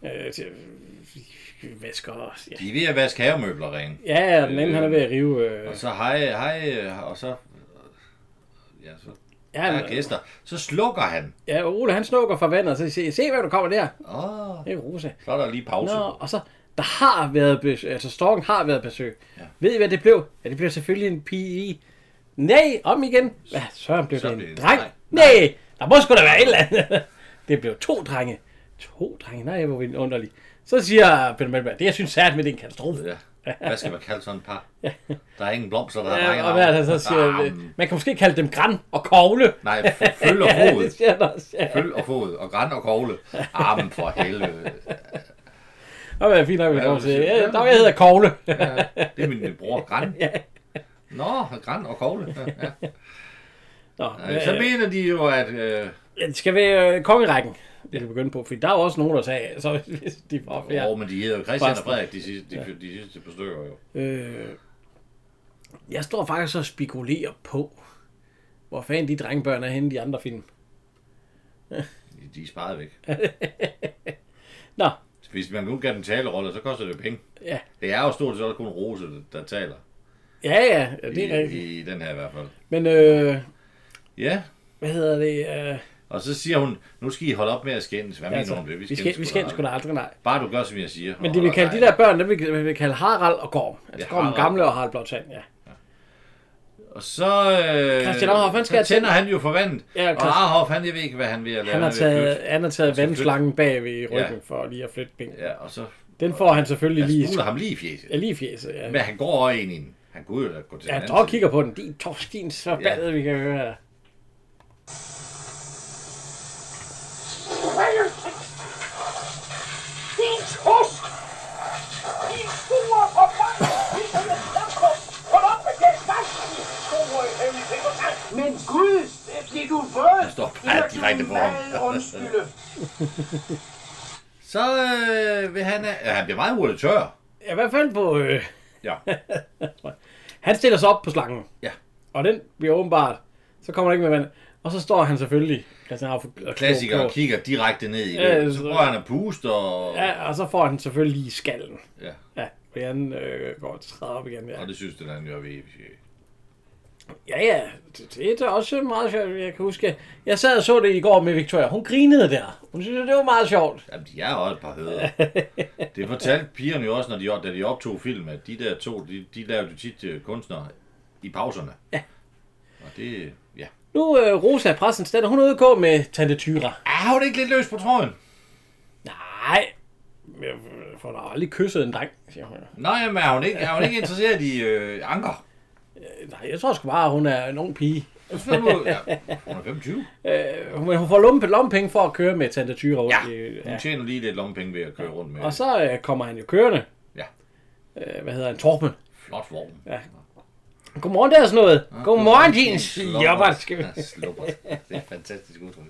Vasker. Ja. De er ved at vaske havemøbler rene. Ja, den anden han er ved at rive. Og så hej, og så... Ja, så... Ja, der er gæster. Så slukker han. Ja, Ole han slukker for vandet, og så siger se hvad du kommer der. Det er Rosa. Så er der lige pause. Og så, der har været besøg, altså storken har været besøg. Ja. Ved I hvad det blev? Ja, det blev selvfølgelig en pige. Nej, om igen. Hvad, så blev det en dreng? Nej, der må sgu da være et eller andet. Det blev 2 drenge. 2 drenge, nej, hvor er det underligt. Så siger Peter Malmberg, det jeg synes særligt med det er en katastrofe. Hvad skal man kalde sådan et par? Der er ingen blomster, der er Ja, drenge. og hvad er det, så siger, man kan måske kalde dem gran og kogle. Nej, føl og fod. Det siger der også, ja. Føl og fod, og græn og kogle. Men for helvede. Og hvad er fint nok, vi kommer til. Jeg hedder Kogle. Ja, det er min bror, Græn. Nå, Græn og Kogle. Ja. Nå, Så mener de jo, at... det skal være kongerækken, det kan begynde på. For der er jo også nogen, der sagde, så hvis de får flere. men de hedder jo Christian og Frederik, de sidste på stykker jo. Jeg står faktisk og spekulerer på, hvor fanden de drengebørn er henne i de andre film. De er sparet væk. Nå. Hvis man nu kan den talerolle, så koster det penge. Ja. Det er jo stort set også kun Rose, der taler. Ja, det er rigtigt. I den her i hvert fald. Men ja. Hvad hedder det? Og så siger hun, nu skal I holde op med at skændes. Hvad mener hun? Vi skændes sgu da aldrig, nej. Bare du gør, som jeg siger. Men det vi kalder de der børn, det vi vil kalde Harald og Gorm. Altså Gorm gamle og Harald Blåtand, ja. Og så Christian Arhoff, han skal tænder han jo for vandet. Ja, og Arhoff, han jeg ved ikke, hvad han vil lave. Han har taget vandslangen bag ved ryggen for lige at flytte penge. Ja, og så... Den får han selvfølgelig lige... Jeg smuler ham lige i fjeset. Ja, lige i fjeset, ja. Men han går over ind i den. Han kunne jo da gå til den anden side. Kigger på den. Din torskin, så badet vi kan høre her. Din tosk! Din store forbandt! Hold op med det stand! Store hemmelige ting. Men Gud, bliver du våd? Han står bare direkte på ham. Undskylde. Så vil han... han bliver meget hurtigt tør. Ja, i hvert fald på... Ja. Han stiller sig op på slangen. Ja. Og den bliver åbenbart... Så kommer der ikke med vand. Og så står han selvfølgelig... Klassiker kigger direkte ned i det. Så prøver han at puste og... Ja, og så får han selvfølgelig lige skallen. Ja. Ja, og han går og træder op igen. Ja. Og det synes den han gør ved. Ja, det er også meget sjovt. Jeg kan huske, jeg sad og så det i går med Victoria. Hun grinede der. Hun synes, det var meget sjovt. Jamen, de er også et par høder. Det fortalte pigerne jo også, da de optog film, at de der to, de lavede jo tit kunstnere i pauserne. Ja. Og det, ja. Nu Rosa, præstens datter, hun er ude at gå med Tante Tyra. Er hun ikke lidt løs på tråden? Nej. Jeg får da aldrig kysset en dreng, siger hun. Nej, men er hun ikke interesseret i anker? Nej, jeg tror sgu bare, at hun er en ung pige. Ja, hun er 25. Hun får lommepenge for at køre med Tante Tyra rundt. Ja, hun tjener lige lidt lommepenge ved at køre rundt med. Og så kommer han jo kørende. Ja. Hvad hedder han? Torben. Flot vogn. Ja. Godmorgen, der er sådan noget. Ja, godmorgen, din slobbert. Ja, slobbert. Det er fantastisk udtryk.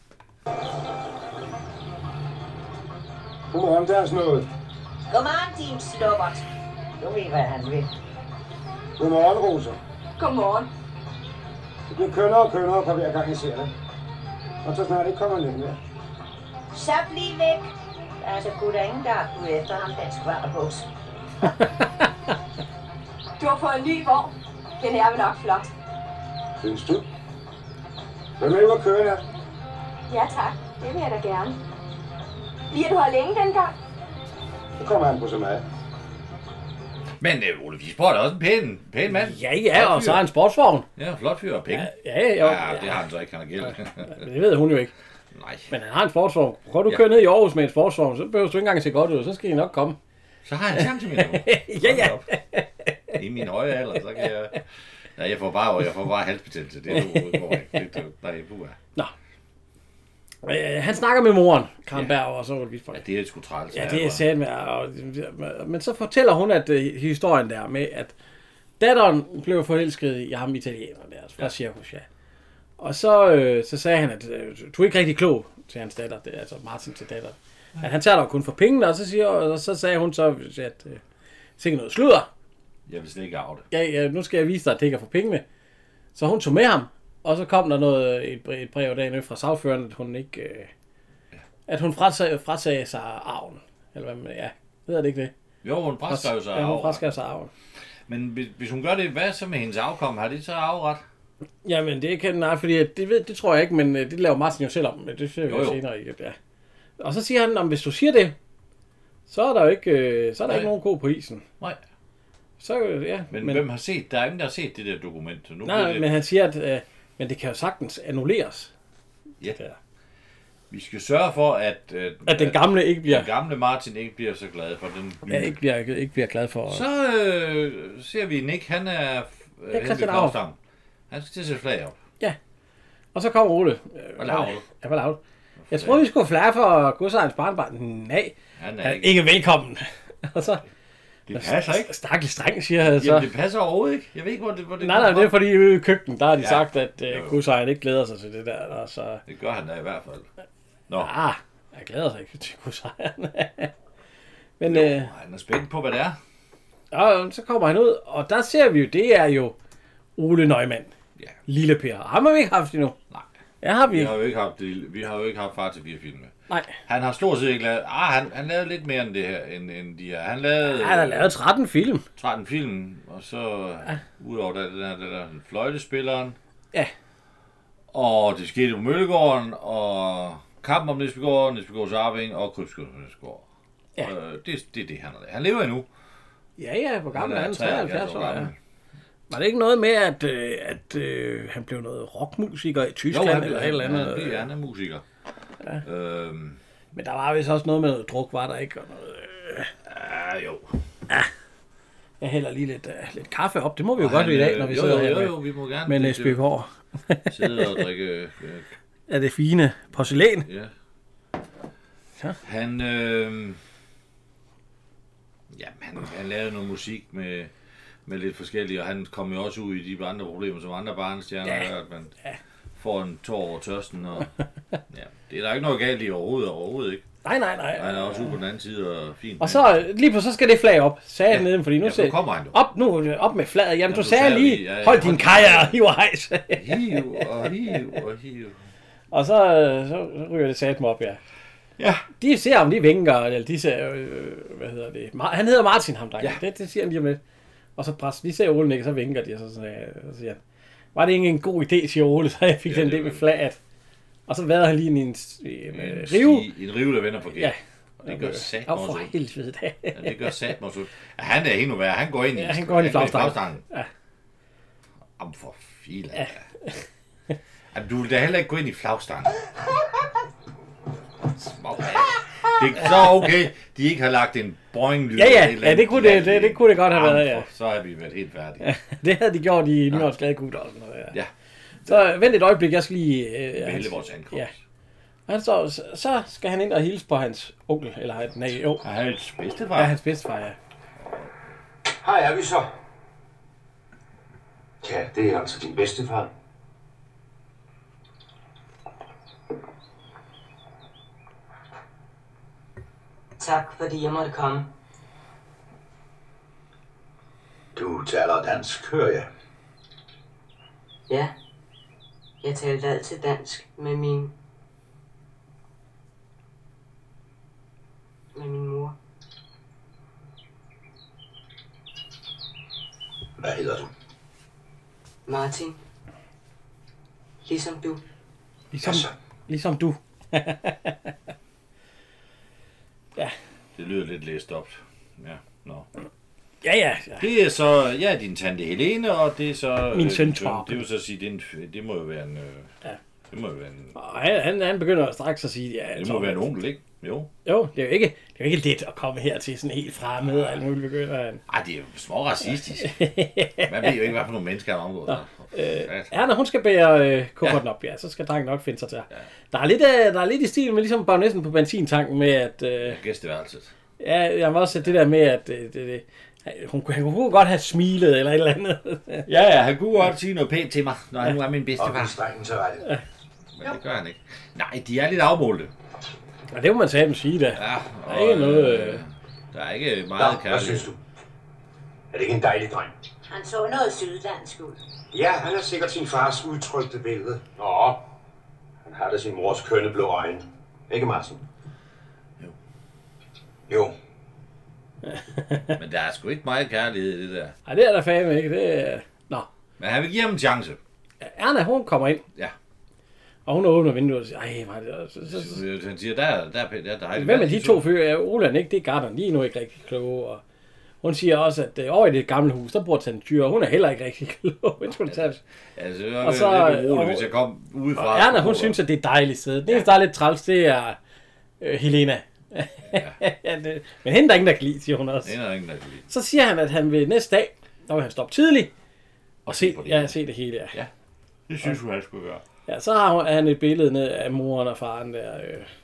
Godmorgen, der er sådan noget. Godmorgen, din slobbert. Du ved, hvad han vil. Godmorgen, Rosa. Godmorgen. Det bliver kønnere på hver gang, jeg ser dig. Og så snart ikke kommer lidt mere. Så bliv væk. Der er så godt ingen, der er ude efter ham, den skvalderbuks. Du har fået en ny vogn. Den er vel nok flot. Synes du? Hvem er du at køre her? Ja tak, det vil jeg da gerne. Bliver du her længe dengang? Det kommer an på så meget. Men Ole Wiesborg er også en pæn mand. Ja, og så er han sportsvogn. Ja, flot fyr og penge. Ja, det har han så ikke, han har gæld. Det ved hun jo ikke. Nej. Men han har en sportsvogn. Prøv du køre ned i Aarhus med en sportsvogn, så behøver du ikke engang se godt ud, så skal I nok komme. Så har jeg chance med nu. Ja. I min høje alder, så kan jeg... Ja, jeg får bare halsbetændelse. Det er du ikke. Nej, du er. Nå. Han snakker med moren, Kranberg, og så Wiesborg. Ja, det er sgu træls. Ja, det er sandt. Men så fortæller hun, at historien der med, at datteren blev forelsket i ham italieneren der, fra Cirkus, ja. Og så sagde han, at du er ikke rigtig klog til hans datter, det er altså Martin til datter. At han tager dig kun for pengene, og så sagde hun så, at sikkert noget sludder. Jeg vil slet ikke af det. Ja, nu skal jeg vise dig, at det ikke er for pengene. Så hun tog med ham, og så kom der et brev dagen fra sagføreren, at hun ikke... at hun fratsagde sig arven. Eller hvad man... Ja, ved det ikke det? Jo, hun fraskrev sig arven. Ja, hun fraskrev sig arven. Men hvis hun gør det, hvad så med hendes afkom? Har det så arveret? Jamen, det kan nej, fordi det tror jeg ikke, men det laver Martin jo selv om. Det ser vi jo senere i. Ja. Og så siger han, at hvis du siger det, så er der jo ikke, ikke nogen ko på isen. Nej. Så, ja, men hvem har set? Der er ingen, der har set det der dokument. Nu nej, men han siger, at men det kan jo sagtens annulleres. Ja. Vi skal sørge for, at den gamle ikke bliver... Den gamle Martin ikke bliver så glad for den nye. Ja, ikke bliver glad for... Så ser vi Nick, han er Christian Auer. Han skal til at sætte flag op. Ja. Og så kommer Ole. Hvad laver du? Ja, hvad laver du? Jeg troede, vi skulle flage for godsejens barnbarn. Nej, han er ikke velkommen. Og så... Det passer ikke. Stakkels streng, siger han så. Jamen, det passer overhovedet ikke. Jeg ved ikke, hvor det Nej, det er fordi ude i køkkenet, der har de sagt, at godsejeren ikke glæder sig til det der. Og så... Det gør han da i hvert fald. Nå. Ja, jeg glæder sig ikke til godsejeren. Men han er spændt på, hvad det er. Og så kommer han ud, og der ser vi jo, det er jo Ole Neumann. Ja. Lille Per. Ham har vi ikke haft endnu. Nej. Ja, har vi. Vi har jo ikke haft far til 4 film med. Nej. Han har stort set ikke lavet... han lavede lidt mere end det her, end de her. Han har lavet 13 film. 13 film, og så udover det der fløjtespilleren. Ja. Og det skete på Møllegården, og kampen om Nisbegårds Arving og Krybskyttergård. Ja. Det er det, han har lavet. Han lever endnu. Ja, hvor gammel er han? 73 år. Gammel. Var det ikke noget med, at han blev noget rockmusiker i Tyskland eller et eller andet? Ja, han er musiker. Ja. Men der var vist også noget med noget druk, var der ikke? Og noget, jo. Ja. Jeg hælder lige lidt kaffe op. Det må vi jo godt i dag, når vi sidder her jo, vi må gerne med Næsby Gård. Sidde og drikke... Er det fine porcelæn? Ja. Ja. Han lavede noget musik med lidt forskellige, og han kom jo også ud i de andre problemer, som andre barnestjerner har, at man får en tår over tørsten, og det er der ikke noget galt i overhovedet ikke. Nej. Og han er også ude på den anden side, og fint. Og så lige på så skal det flag op, sagde jeg nede, fordi nu så kommer han jo. Op med flaget. Jamen, du sagde lige, hold din kajer og hiv og hejs. Hiv. Og så ryger det satme op, ja. Ja. De ser om de vinker, eller de ser, hvad hedder det? Han hedder Martin, ham der. Ja. Det siger han lige om lidt. Og så de ser Ole ikke, så vinker de, og så siger han, var det ikke en god idé, siger Ole, så jeg fik den det med flaget. Og så vader han lige en rive. En rive, der vender på gæt. Ja. Og det gør satme også. For helvede da. Ja, det gør satme også. Ja, han er endnu værre. Han går ind i flagstangen. Ja. Jamen for filen. Ja. Jamen, du vil da heller ikke gå ind i flagstangen. Det er så okay, de ikke har lagt en boing-lyd. Ja, det kunne det godt have været, ja. Så har vi været helt færdige. Ja, det havde de gjort i Nyhavns Gladgutter og sådan noget, ja. Så vent et øjeblik, jeg skal lige... vælge vores ankomst. Ja. Så skal han ind og hilse på hans onkel, eller hans bedstefar. Ja, hans bedstefar, ja. Hej, er vi så? Ja, det er altså din bedstefar. Tak, fordi jeg måtte komme. Du taler dansk, hører jeg. Ja, jeg talte altid dansk med min mor. Hvad hedder du? Martin. Ligesom du. Ligesom du. Ja. Det lyder lidt læst op. Ja, Ja. Det er så, din tante Helene, og det er så... Min søn Torben. Det vil så sige, det må jo være en... Det må jo være en... Og han begynder straks at sige... Ja, det må være en onkel, ikke? Jo, det er jo ikke let at komme her til sådan helt fremme og alt muligt begynder han. Ej, det er jo små racistisk. Man ved jo ikke, hvad for nogle mennesker er omgået. Når hun skal bære kufferten op, så skal drengen nok finde sig til. Ja. Der er lidt i stil med ligesom bagnæssen på benzintanken med, at... gæsteværelset. Ja, jeg må også sætte det der med, at... Han kunne godt have smilet eller et eller andet. Ja, han kunne godt sige noget pænt til mig, når han nu er min bedstefar. Og strengen til rette. Men det gør han ikke. Nej, de er lidt afmålte. Ja, det må man sige sige da. Ja, der er ikke noget... Der er ikke meget kærlighed. Hvad synes du? Er det ikke en dejlig dreng? Han så noget syddansk ud. Ja, han er sikkert sin fars udtrykte billede. Nå, han har da sin mors kønne blå øjne. Ikke, Martin? Jo. Men der er sgu ikke meget kærlighed i det der. Nej, det er der fandme ikke. Det er... Nå. Men han vil give ham en chance. Erna, hun kommer ind. Ja. Og hun åbner vinduet og siger, ej, var det... Han siger, der er dejligt. Hvem er de to fyre? Ole er ikke, det er Gardner. De er nu ikke rigtig kloge. Hun siger også, at over i det gamle hus, der bor Tante Tyre, og hun er heller ikke rigtig klog. Hun skulle tage det. Altså, jeg var lidt urolig, hvis jeg kom udefra. Og Erna, hun synes, at det er et dejligt sted. Det eneste, der er lidt træls, det er Helena. Ja. Men hende der ingen, der kan lide, siger hun også. Hende der ingen, der kan lide. Så siger han, at han vil næste dag, der vil han stoppe tidligt, og se det hele. Ja, det synes hun, han skulle gøre. Ja, så har han et billede ned af moren og faren der.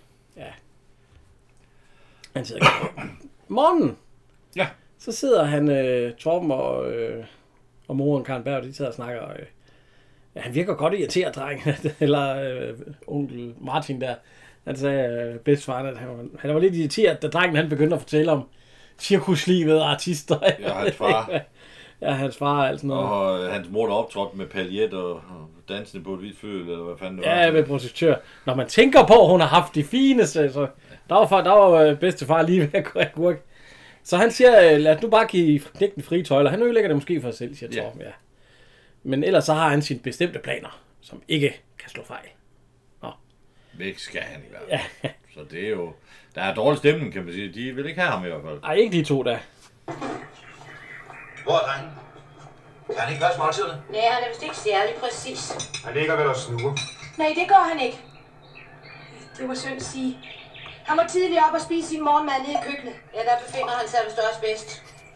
Han sidder morgenen. Ja. Så sidder han, Torben og moren Karen Berg, de sidder og snakker. Han virker godt irriteret, dreng. Eller onkel Martin der. Han sagde bedstefaren, at han var lidt irriteret, da drengen han begyndte at fortælle om cirkuslivet og artister. Ja, hans far. Ja, hans far og alt sådan noget. Og hans mor, der optrådte med paljet og dansende på et hvidt føl, eller hvad fanden det var. Ja, med projektør. Når man tænker på, at hun har haft de fineste, så der var bedstefar lige ved at gå agurk. Så han siger, lad os nu bare give knægten frie tøjler. Han ødelægger det måske for sig selv, siger Torben. Ja. Men ellers så har han sine bestemte planer, som ikke kan slå fejl. Væk skal han i hvert fald. Ja. Så det er jo... Der er dårlig stemning, kan man sige. De vil ikke have ham i hvert fald. Nej, ikke de to der. Hvor er drengen? Kan han ikke gøre småtiderne? Nej, han er vist ikke særlig præcis. Han ligger vel og snuger. Nej, det gør han ikke. Det var synd at sige. Han må tidligt op og spise sin morgenmad nede i køkkenet. Ja, der befinder han sig vist også bedst.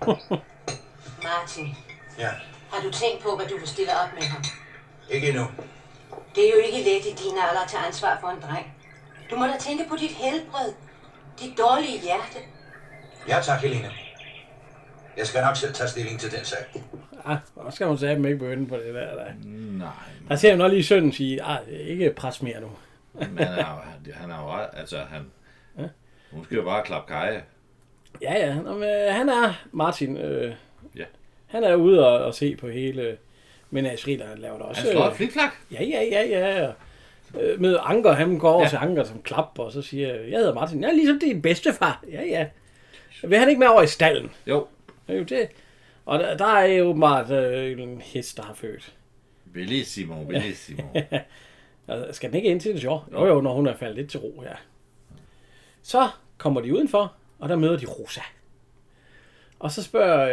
Martin. Ja. Har du tænkt på, hvad du vil stille op med ham? Ikke endnu. Det er jo ikke let i din alder at tage ansvar for en dreng. Du må da tænke på dit helbred. Dit dårlige hjerte. Ja tak, Helene. Jeg skal nok selv tage stilling til den sag. Ja, og skal hun sige dem ikke begynde på det der. Nej. Der ser jo nok lige sønnen sige, ikke pres mere nu. Men han er jo ret, altså hun skal jo bare klappe Kaja. Ja, han er Martin. Ja. Han er ude og se på hele menageriet, der laver det også. Han slår et flikflak. Ja. Med Anker, han går over til Anker som klapper, og så siger jeg hedder Martin. Ja, ligesom din bedstefar. Ja. Vil han ikke med over i stallen? Jo. Det er jo det. Og der er jo åbenbart en hest, der har født. Bellissimo. Skal den ikke ind til det sjov? Jo, når hun er faldet lidt til ro, ja. Så kommer de udenfor, og der møder de Rosa. Og så spørger,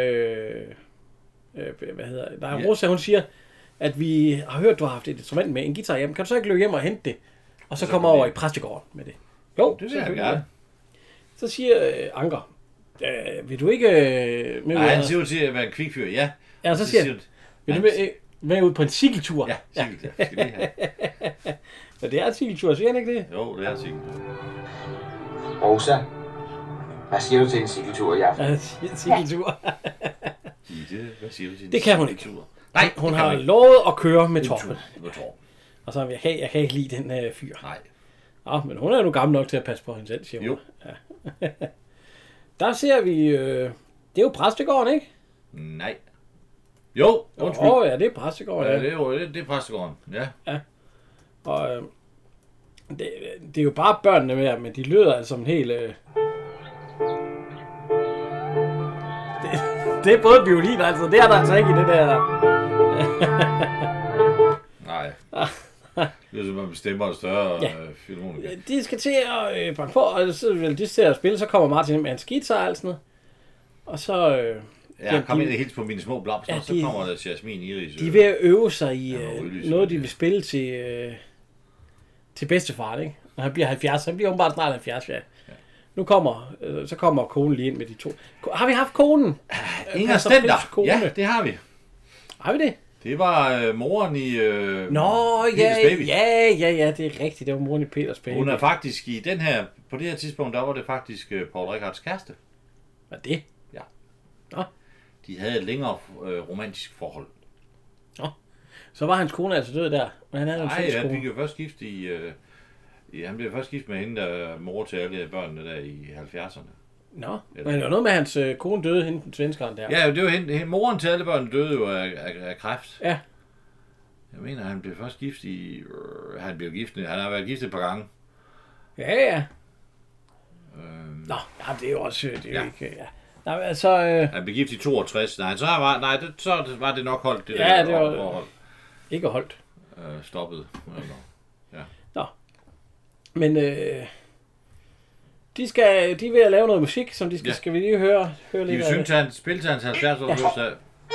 Rosa, hun siger, at vi har hørt, du har haft et instrument med, en guitar hjem. Kan du så ikke løbe hjem og hente det? Og så komme over i præstegården med det. Jo, det vil jeg gerne. Så siger Anker, vil du ikke... Nej, han siger jo til at være en kvikfyr, ja. Ja, så siger han, vil du med ud på en cykeltur? Ja, cykeltur. Skal vi have. Ja, det er en cykeltur, siger han ikke det? Jo, det er en cykeltur. Rosa, hvad siger du til en cykeltur i aften? Ja, en cykeltur. Hvad siger du til en det kan hun ikke. Nej, hun har lovet at køre med Torben. Med Torben. Og så jeg kan ikke lide den fyr. Nej. Ja, men hun er nu gammel nok til at passe på hende selv, siger hun. Jo. Ja. Der ser vi... det er jo præstegården, ikke? Nej. Jo, undskyld. Ja, det er præstegården. Ja, det er præstegården, ja. Og det er jo bare børnene med, men de lyder altså som en helt... Det er både violin, altså. Det er der altså ikke i det der... Nej. Det er som man bestemmer en større filharmonika. De skal til at banke på, og så vil de til at spille, så kommer Martin ind med hans guitar og sådan noget. Og så... kom ind og hils på mine små blomster, og så kommer der Jasmin Iris. De er ved at øve sig i noget, de vil spille til bedstefar, ikke? Og han bliver 70, han bliver åbenbart snart 70, ja. Nu kommer konen lige ind med de to. Har vi haft konen? Inger Stender. Ja, det har vi. Har vi det? Det var moren i Peters Baby. Ja, det er rigtigt. Det var moren i Peters Baby. Hun er faktisk i den her, på det her tidspunkt, der var det faktisk Paul Rickardts kæreste. Hvad det? Ja. Nå. De havde et længere romantisk forhold. Nå. Så var hans kone altså død der? Men han havde han fik jo først gift han blev først gift med hende, der mor til alle børnene der i 70'erne. Nå, men det var noget med, hans kone døde, hende den svenskeren der. Ja, det var hende. Moren til alle børnene døde jo af kræft. Ja. Jeg mener, han blev først gift han blev gift, han har været gift et par gange. Ja. Nå, ja, det er jo også... Det er jo ikke... Ja. Nej, altså... Han blev gift i 62. Så var det nok holdt, det der. Ja, det var forhold. Ikke holdt. Stoppet. Ja. Nå. Men De er ved at lave noget musik, som de skal vi lige høre lidt af. De vil synge spille til hans 70 års fødselsdag.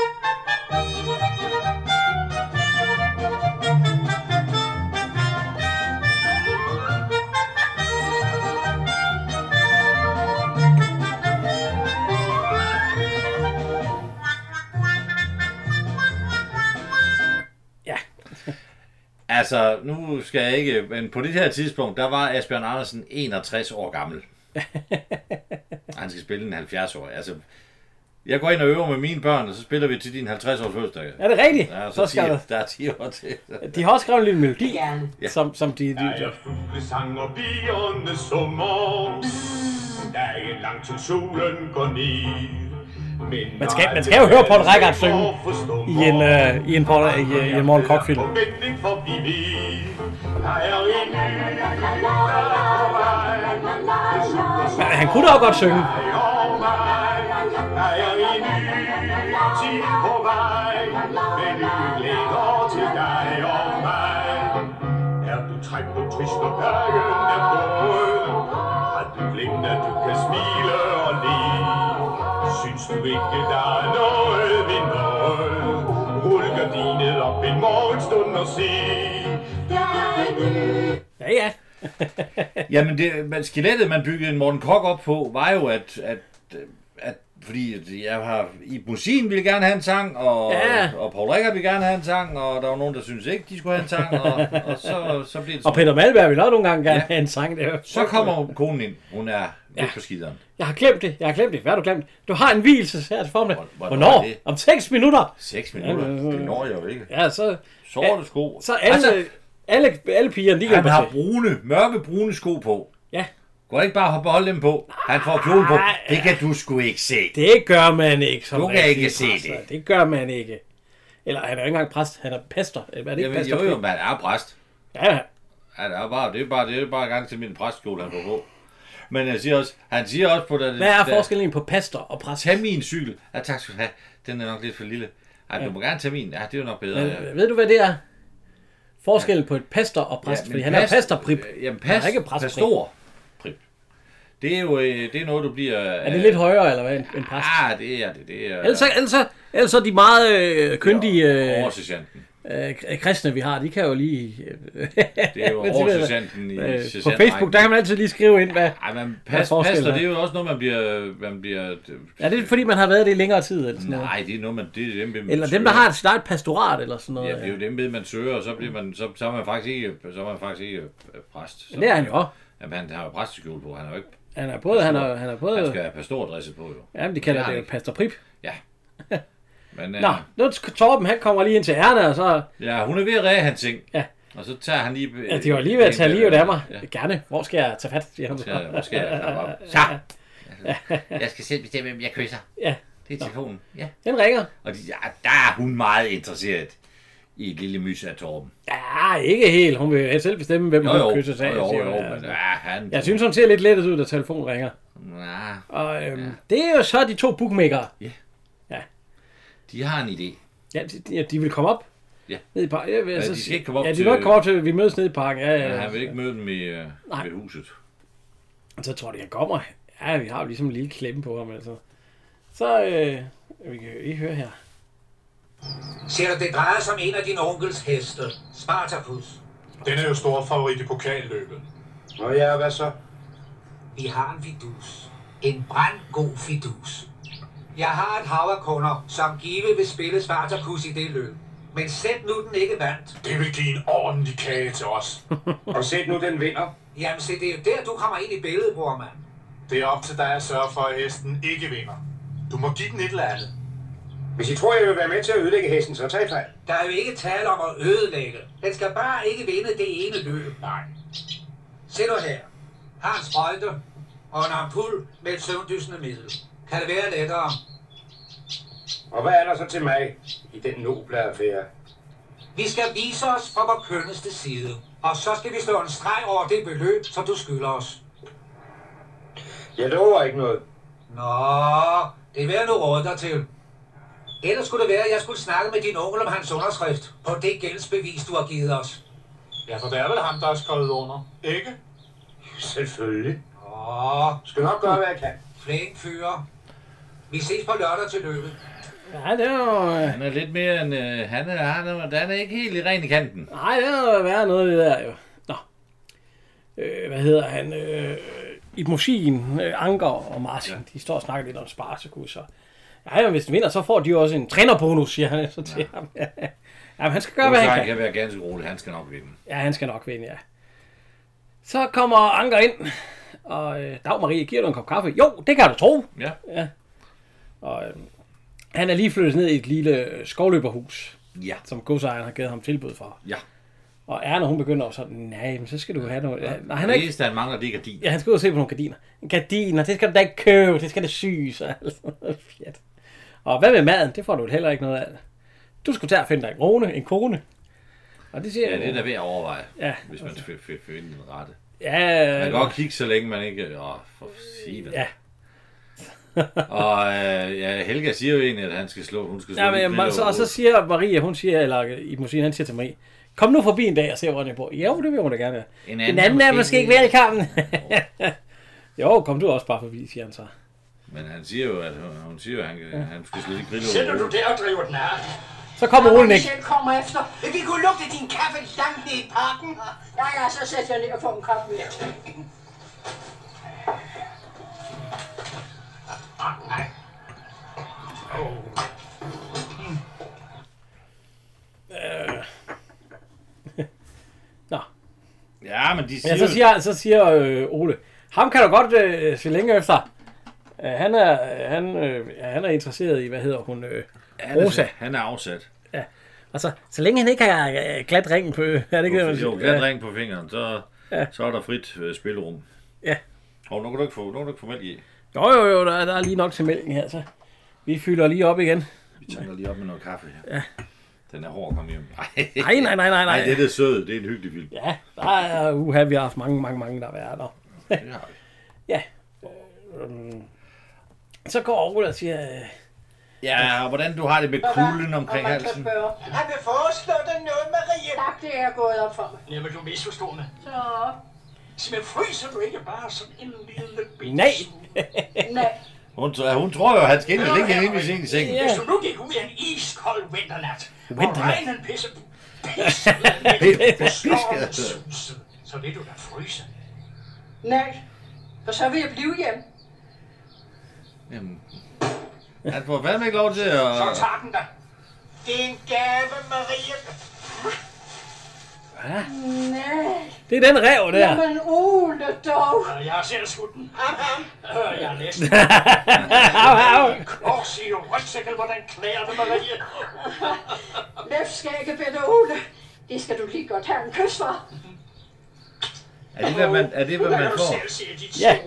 Altså, nu skal jeg ikke, men på det her tidspunkt, der var Asbjørn Andersen 61 år gammel. Han skal spille en 70-årig. Altså, jeg går ind og øver med mine børn, og så spiller vi til din 50-års fødselsdag. Er det rigtigt? Ja, så skal der er 10 år til. De har også skrevet en lille melodi, ja. som de... Der er fuglesang og bierne summer. Der er ikke langt til solen går ned. Man skal jo høre på en række at synge i en Morten Korch-film. Han kunne da også godt synge. Er du træt og trist og dagen er gået? Har du glemt at du kan smile og le? Synes du ikke, der er noget ved noget? Rul gardinet op en morgenstund og se. Ja. Jamen, skelettet, man byggede en Morten Korch op på, var jo, at fordi jeg har i musikken ville gerne have en sang, og Poul Reichhardt ville gerne have en sang, og der var nogen, der syntes ikke, de skulle have en sang, og så blev det sådan. Og Peter Malberg ville også nogle gange gerne have en sang. Det så kommer konen ind. Hun er lidt på skideren. Jeg har glemt det. Hvad har du glemt? Du har en hvilelse her til formiddag. Hvornår? Om 6 minutter. 6 minutter? Det når jeg jo ikke. Ja, så... Sorte sko. Så alle pigerne, de kan han har mørkebrune sko på. Ja. Går ikke bare at beholde dem på? Han får kjolen på. Det kan du sgu ikke se. Det gør man ikke. Du kan ikke se det. Det gør man ikke. Eller han er jo ikke engang præst. Han er pastor. Er det ikke pastor? Jo, man er præst. Ja. Det er bare gang til min præstskole, han får på. Men han siger også på det. Hvad er forskellen på pastor og præst? Tag min cykel. Ja, tak skal du have. Den er nok lidt for lille. Ej, du må gerne tage min. Ja, det er jo nok bedre. Men, ved du, hvad det er? Forskellen på et pastor og præst, fordi han er pastorprip. Jamen, pastor. Det er jo noget, du bliver... Er det lidt højere, eller hvad, end præst? Ja, det er det. Ellers er de meget kyndige... Oversergeanten. Kristne, vi har, de kan jo lige... det er jo oversergeanten i på Facebook, der kan man altid lige skrive ind, hvad pastor, det er jo også noget, man bliver... Er det fordi, man har været det i længere tid? Eller sådan noget? Nej, det er noget, man eller dem, der har et start pastorat, eller sådan noget. Ja, det er jo dem, man søger, og så bliver man, så er man faktisk ikke præst. Det er han jo også. Jamen, han har jo præsteskjul på, han er jo ikke... Han er både... Han skal have pastordresse på, jo. Jamen, de kalder det pastor Prip. Ja. Men, nu Torben, han kommer lige ind til Erna, og så... Ja, hun er ved at ræge hans ting. Ja. Og så tager han lige... Ja, de var lige ved at tage livet af mig. Ja. Gerne. Hvor skal jeg tage fat? Hvor skal jeg? Så! Jeg skal selv bestemme, hvem jeg kysser. Ja. Det er telefonen. Ja. Den ringer. Og der er hun meget interesseret i et lille mys af Torben. Ja, ikke helt. Hun vil selv bestemme, hvem hun kysser sig. Jeg synes, hun ser lidt lettet ud, da telefonen ringer. Ja. Og det er jo så de to bookmakere. Ja. De har en idé. Ja, de vil komme op. Ja. Ned i parken. Ja, de skal ikke komme op til... Ja, de vil nok komme op til, vi mødes nede i parken. Ja, han vil ikke møde dem ved huset. Så tror de, han kommer. Ja, vi har jo ligesom en lille klemme på ham, altså. Så vi kan lige høre her. Ser du, det drejer sig om en af dine onkels heste, Spartacus. Den er jo stor favorit i pokalløbet. Og ja, hvad så? Vi har en fidus. En brandgod fidus. Jeg har et hav af kunder, som give vil spille Spartacus i det løb. Men sæt nu den ikke vandt. Det vil give en ordentlig kage til os. Og sæt nu den vinder. Jamen se, det er jo der, du kommer ind i billedet, brormand. Det er op til dig at sørge for, at hesten ikke vinder. Du må give den et eller andet. Hvis I tror, jeg vil være med til at ødelægge hesten, så tag fejl. Der er jo ikke tale om at ødelægge. Den skal bare ikke vinde det ene løb. Nej. Se nu her. Har en sprøjte og en ampul med et søvndysende middel. Kan det være lettere? Og hvad er der så til mig i den noble affære? Vi skal vise os fra vores kønneste side. Og så skal vi slå en streg over det beløb, som du skylder os. Jeg lover ikke noget. Nå, det vil jeg nu råde dig til. Ellers skulle det være, at jeg skulle snakke med din onkel om hans underskrift på det gældsbevis, du har givet os. Ja, for det er vel ham, der har skrevet under, ikke? Selvfølgelig. Skal nok gøre, hvad jeg kan. Flink fyre. Vi ses på lørdag til løbet. Ja, det er jo... Han er lidt mere end... Han er ikke helt i ren i kanten. Nej, det er jo værre noget, det der jo. Nå. Hvad hedder han? Ibn Musin, Anker og Martin, de står og snakker lidt om Spartacus. Ja, hvis den vinder, så får de jo også en trænerbonus, siger han så til ham. Ja, han skal gøre, hvad han kan være ganske rolig. Han skal nok vinde. Ja, han skal nok vinde, ja. Så kommer Anker ind, og Dag Marie, giver du en kop kaffe? Jo, det kan du tro. Ja. Og han er lige flyttet ned i et lille skovløberhus, som godsejeren har givet ham tilbud for. Ja. Og Erna, hun begynder også sådan, nej, men så skal du have noget. Nej, han er ikke... han mangler de gardiner. Ja, han skal ud og se på nogle gardiner. Gardiner, det skal du da ikke købe, det skal det syes. Fjat. Og hvad med maden? Det får du heller ikke noget af. Du skulle tage at finde dig en kone. Og det siger, det er da ved at overveje, hvis man finder den rette. Ja, man kan godt kigge, så længe man ikke... for sige det. Ja. Og Helga siger jo egentlig, at hun skal slå så siger Maria, Ibn Musin, han siger til Marie, kom nu forbi en dag og se, hvordan jeg bor. Jo, det vil hun da gerne. En anden er måske ikke velkommen. Jo, kom du også bare forbi, siger han så. Men han siger jo, at hun siger, at han skal slet ikke grille. Sætter du der og driver den her? Så kommer Ole ikke. Michelle kommer efter. Vi kunne lugte din kaffe langt ned i parken. Ja, så sætter jeg ned og får en kaffe mere. Nej. Nå. Ja, men de siger... Ja, så siger Ole, ham kan du godt se længe efter. Han er interesseret i, hvad hedder hun, Rosa. Han er afsat. Ja. Og så længe han ikke har glat ringen på, er det ikke det, man siger? Jo, glat ring på fingeren, så er der frit spillerum. Ja. Og nu kan du ikke få mælk i. Jo, der er lige nok til mælken her, så vi fylder lige op igen. Vi tænker lige op med noget kaffe her. Ja. Den er hård at komme hjem. Nej. Nej, det er sød. Det er en hyggelig film. Ja, der er vi har haft mange, der har været der. Det har vi. Ja. Så går Ole og siger... Ja, hvordan du har det med kulden omkring halsen? Han vil foreslå dig noget, Marie. Tak, det er gået op for mig. Jamen, du misforstår mig. Så... Men fryser du ikke bare sådan en lille bitte? Nej. Hun tror jo, at han skal ind og ligge inde i sengen. Hvis du nu gik ud en iskold vinternat, og regnen pisser så vil du da fryse. Nej, for så vil jeg blive hjem. Jamen, han får fandme ikke lov til at... Så tager den da. Det er en gave, Marie. Ja. Nej. Det er den ræv der. Jamen Ole dog. Jeg har selv skudt den. Jeg er næsten. Kors i rygsækken, hvordan klæder det, Marie? Løft skal ikke bedre, Ole. Det skal du lige godt have en kys for. Er det, hvad man får? Ja.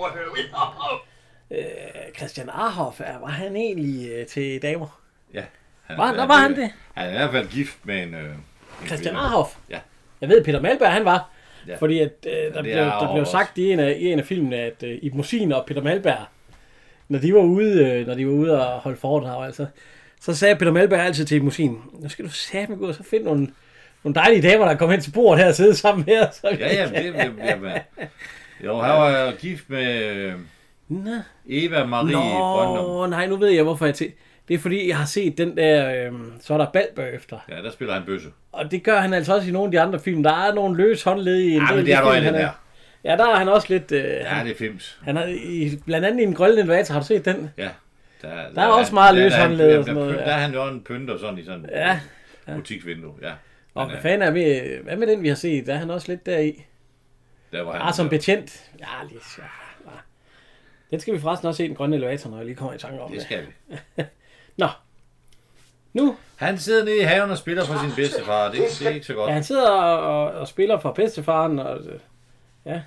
Christian Arhoff, var han egentlig til damer? Ja. Var han det? Han er i hvert fald gift med en Christian Arhoff? Ja. Jeg ved, Peter Malberg han var. Ja. Fordi at, der blev sagt i en af filmene, at Ibn Musin og Peter Malberg, når de var ude og holde foredrag, altså, så sagde Peter Malberg altid til Ibn Musin, nu skal du satme gå og så finde nogle dejlige damer, der kommer hen til bordet her og sidde sammen med os. Ja. Jo, han var gift med Eva Marie Brøndum. Nej, nu ved jeg, hvorfor jeg til. Det er fordi, jeg har set den der, så er der bal bagefter. Ja, der spiller han bøsse. Og det gør han altså også i nogle af de andre film. Der er nogle løs håndled i en del. Ja, men det er der den der. Ja, der er han også lidt... ja, det er fims. Han har blandt andet i En grønne elevator. Har du set den? Ja. Der er også meget løs håndled og sådan noget. Der er han jo en pynter sådan i sådan butiksvindue. Ja. Og hvad fanden er vi... Hvad med den, vi har set? Der er han også lidt deri. Der var han. Som betjent. Ja, lige så. Den skal vi forresten også se, Den grønne elevator, når jeg lige kommer i tanke om det. Det skal vi. Nå. Nu. Han sidder nede i haven og spiller for sin bedstefar. Det er ikke så godt. Ja, han sidder og spiller for bedstefaren. Og, ja.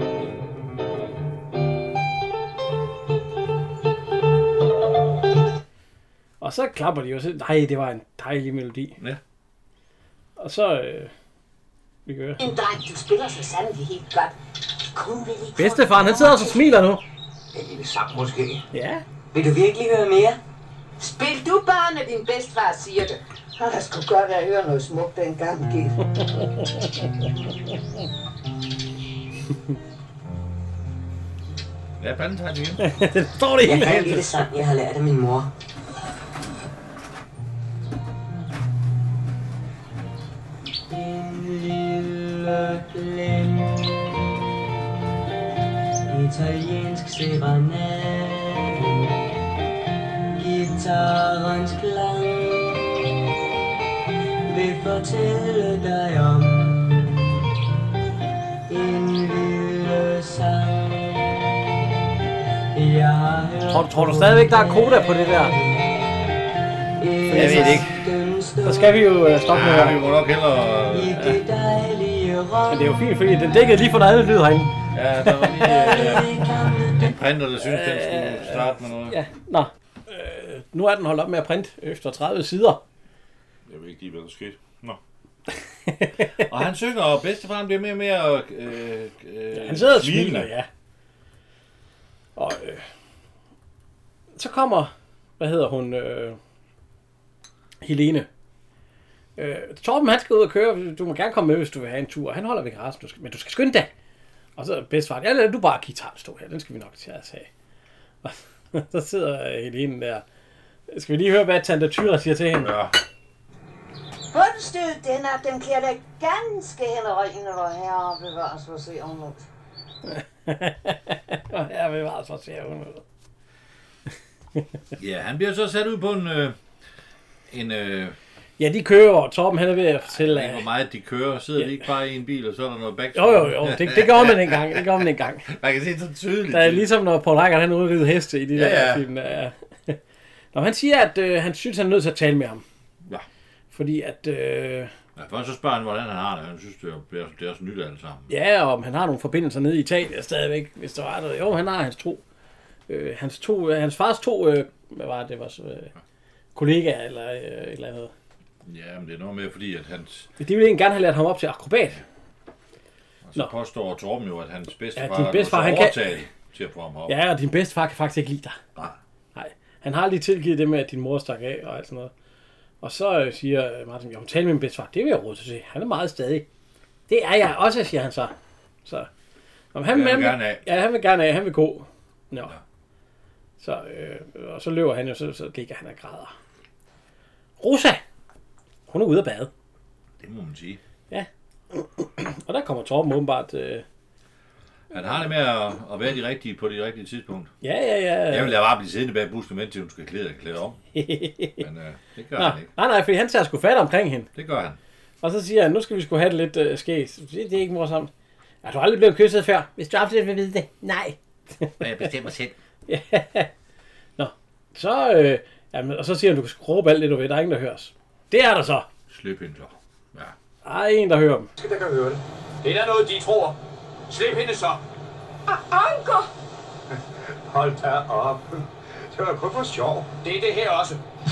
Og så klapper de jo. Nej, det var en dejlig melodi. Ja. Og så... vi gør. En dreng, du spiller så sandelig helt godt. Bedstefaren, han sidder også og smiler nu. En lille sang måske. Ja. Vil du virkelig høre mere? Spil du bare, når din bedstefar siger det. Jeg skulle godt have hørt noget smukt dengang, Gif. Ja, bandetegn igen. Det står det Jeg hele. kan en lille sang, jeg har lært af min mor. En lille blind italiensk serenade, guitarens klang vil fortælle dig om en lille sang. Tror du stadigvæk, der er koda på det der? Jeg ved det ikke. Så skal vi jo stoppe med Ja, her. vi må nok hellere... Men det er jo fint, fordi den dækkede lige for noget andet lyd herinde. Ja, der var lige en printer, der synes, den skulle starte med noget. Ja, nå. Nu er den holdt op med at printe efter 30 sider. Jeg ved ikke lige, hvad der skete. Nå. Og han synger, og bedstefaren bliver mere og mere... Han sidder og smiler, ja. Og så kommer, hvad hedder hun, Helene. Torben, han skal ud og køre. Du må gerne komme med, hvis du vil have en tur. Han holder ved garagen, men du skal skynde dig. Og så bedstefaren, ja, lad du bare guitaren stå her. Den skal vi nok til at have. Og så sidder Helene der. Skal vi lige høre, hvad Tante Tyra siger til hende? Ja. Bundstød den at den klæder dig ganske henrigende, hvor herre bevares for se hun ud. Hvor herre bevares for se hun ud. Ja, han bliver så sat ud på en Ja, de kører, og Torben han er ved at fortælle... hvor meget de kører. Sidder de ikke bare i en bil, og så er der noget backstreet? Jo, det gør man engang. Det gør man engang. Man kan se det så tydeligt. Der er ligesom når Paul Reichert, han udrider heste i de der Ja. film. Der. Når han siger, at han synes, han er nødt til at tale med ham. Ja. Fordi at... Ja, først så spørger han, hvordan han har det. Han synes, det er også nyt alt sammen. Ja, og om han har nogle forbindelser nede i Italien stadigvæk, hvis der var noget. Jo, han har hans fars to, hvad var det, var så, kollegaer eller et eller andet. Ja, men det er noget med, fordi at hans... De ville egentlig gerne have lært ham op til akrobat. Og så påstår Torben jo, at hans bedstefar, din bedstefar, han overtale til at få ham op. Ja, og din bedstefar kan faktisk ikke lide dig. Nej. Han har lige tilgivet det med, at din mor stak af og alt sådan noget. Og så siger Martin, jeg må tale med min bedstefar. Det vil jeg råd til at se. Han er meget stadig. Det er jeg også, siger han så. Han vil gerne af. Ja, han vil gerne af. Han vil gå. Nå. Ja. Så, og så løber han jo, så ligger han og græder. Rosa! Hun er ude at bade. Det må man sige. Ja. Og der kommer Torben åbenbart... Han har det med at være de rigtige på det rigtige tidspunkt. Ja. Jeg vil da bare blive siddende bag busken, mens hun skal klæde om. Men det gør han ikke. Nej, fordi han tager sgu fat omkring hende. Det gør han. Og så siger han, nu skal vi sgu have det lidt skægt. Det er ikke morsomt. Er du aldrig blevet kysset før? Hvis du absolut vil vide det. Nej. Jeg bestemmer selv. Ja. Nå, så... og så siger han, du kan skrue alt det, du ved. Der er ingen, der høres. Det er der så. Slip hende så. Ja. Der er en, der hører dem. Der kan høre det. Det er da noget, de tror. Slip hende så. Anker! Hold da op. Det var kun for sjov. Det er det her også.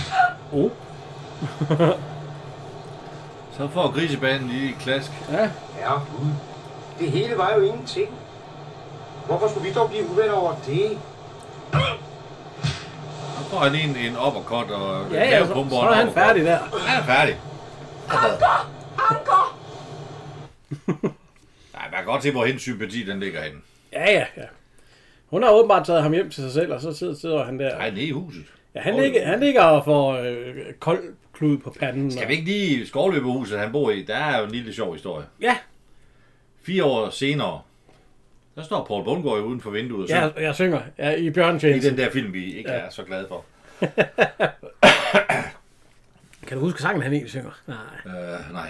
Så får grisebanen lige et klask. Ja. Ja, Gud. Det hele var jo ingenting. Hvorfor skulle vi dog blive uvenner over det? Så får han lige en uppercut og Ja, så er han færdig der. Han er færdig. Anker! Nej, man kan godt se, hvor hendes sympati den ligger henne. Ja. Hun har åbenbart taget ham hjem til sig selv, og så sidder han der. Nej, nede i huset. Ja, han ligger og får kold klud på panden. Skal vi ikke lige skovløbehuset, han bor i? Der er jo en lille sjov historie. Ja. 4 år senere, der står Paul Bundgaard uden for vinduet og synger. Ja, jeg synger. Ja, i Bjørntjeneste. I den der film, vi ikke er så glade for. Kan du huske sangen, han egentlig synger? Nej.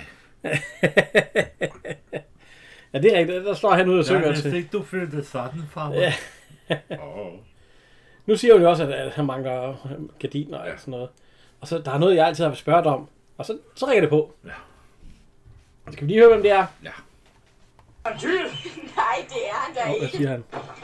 Ja, det er rigtigt. Der står han ude og synger til. Fik du flyttet sådan fra mig? Ja. Nu siger hun jo også, at han mangler gardiner og sådan noget. Og så der er noget, jeg altid har spørget om. Og så ringer det på. Ja. Skal vi lige høre, hvem det er? Ja. Nej, det er han da Hvad ikke. siger han?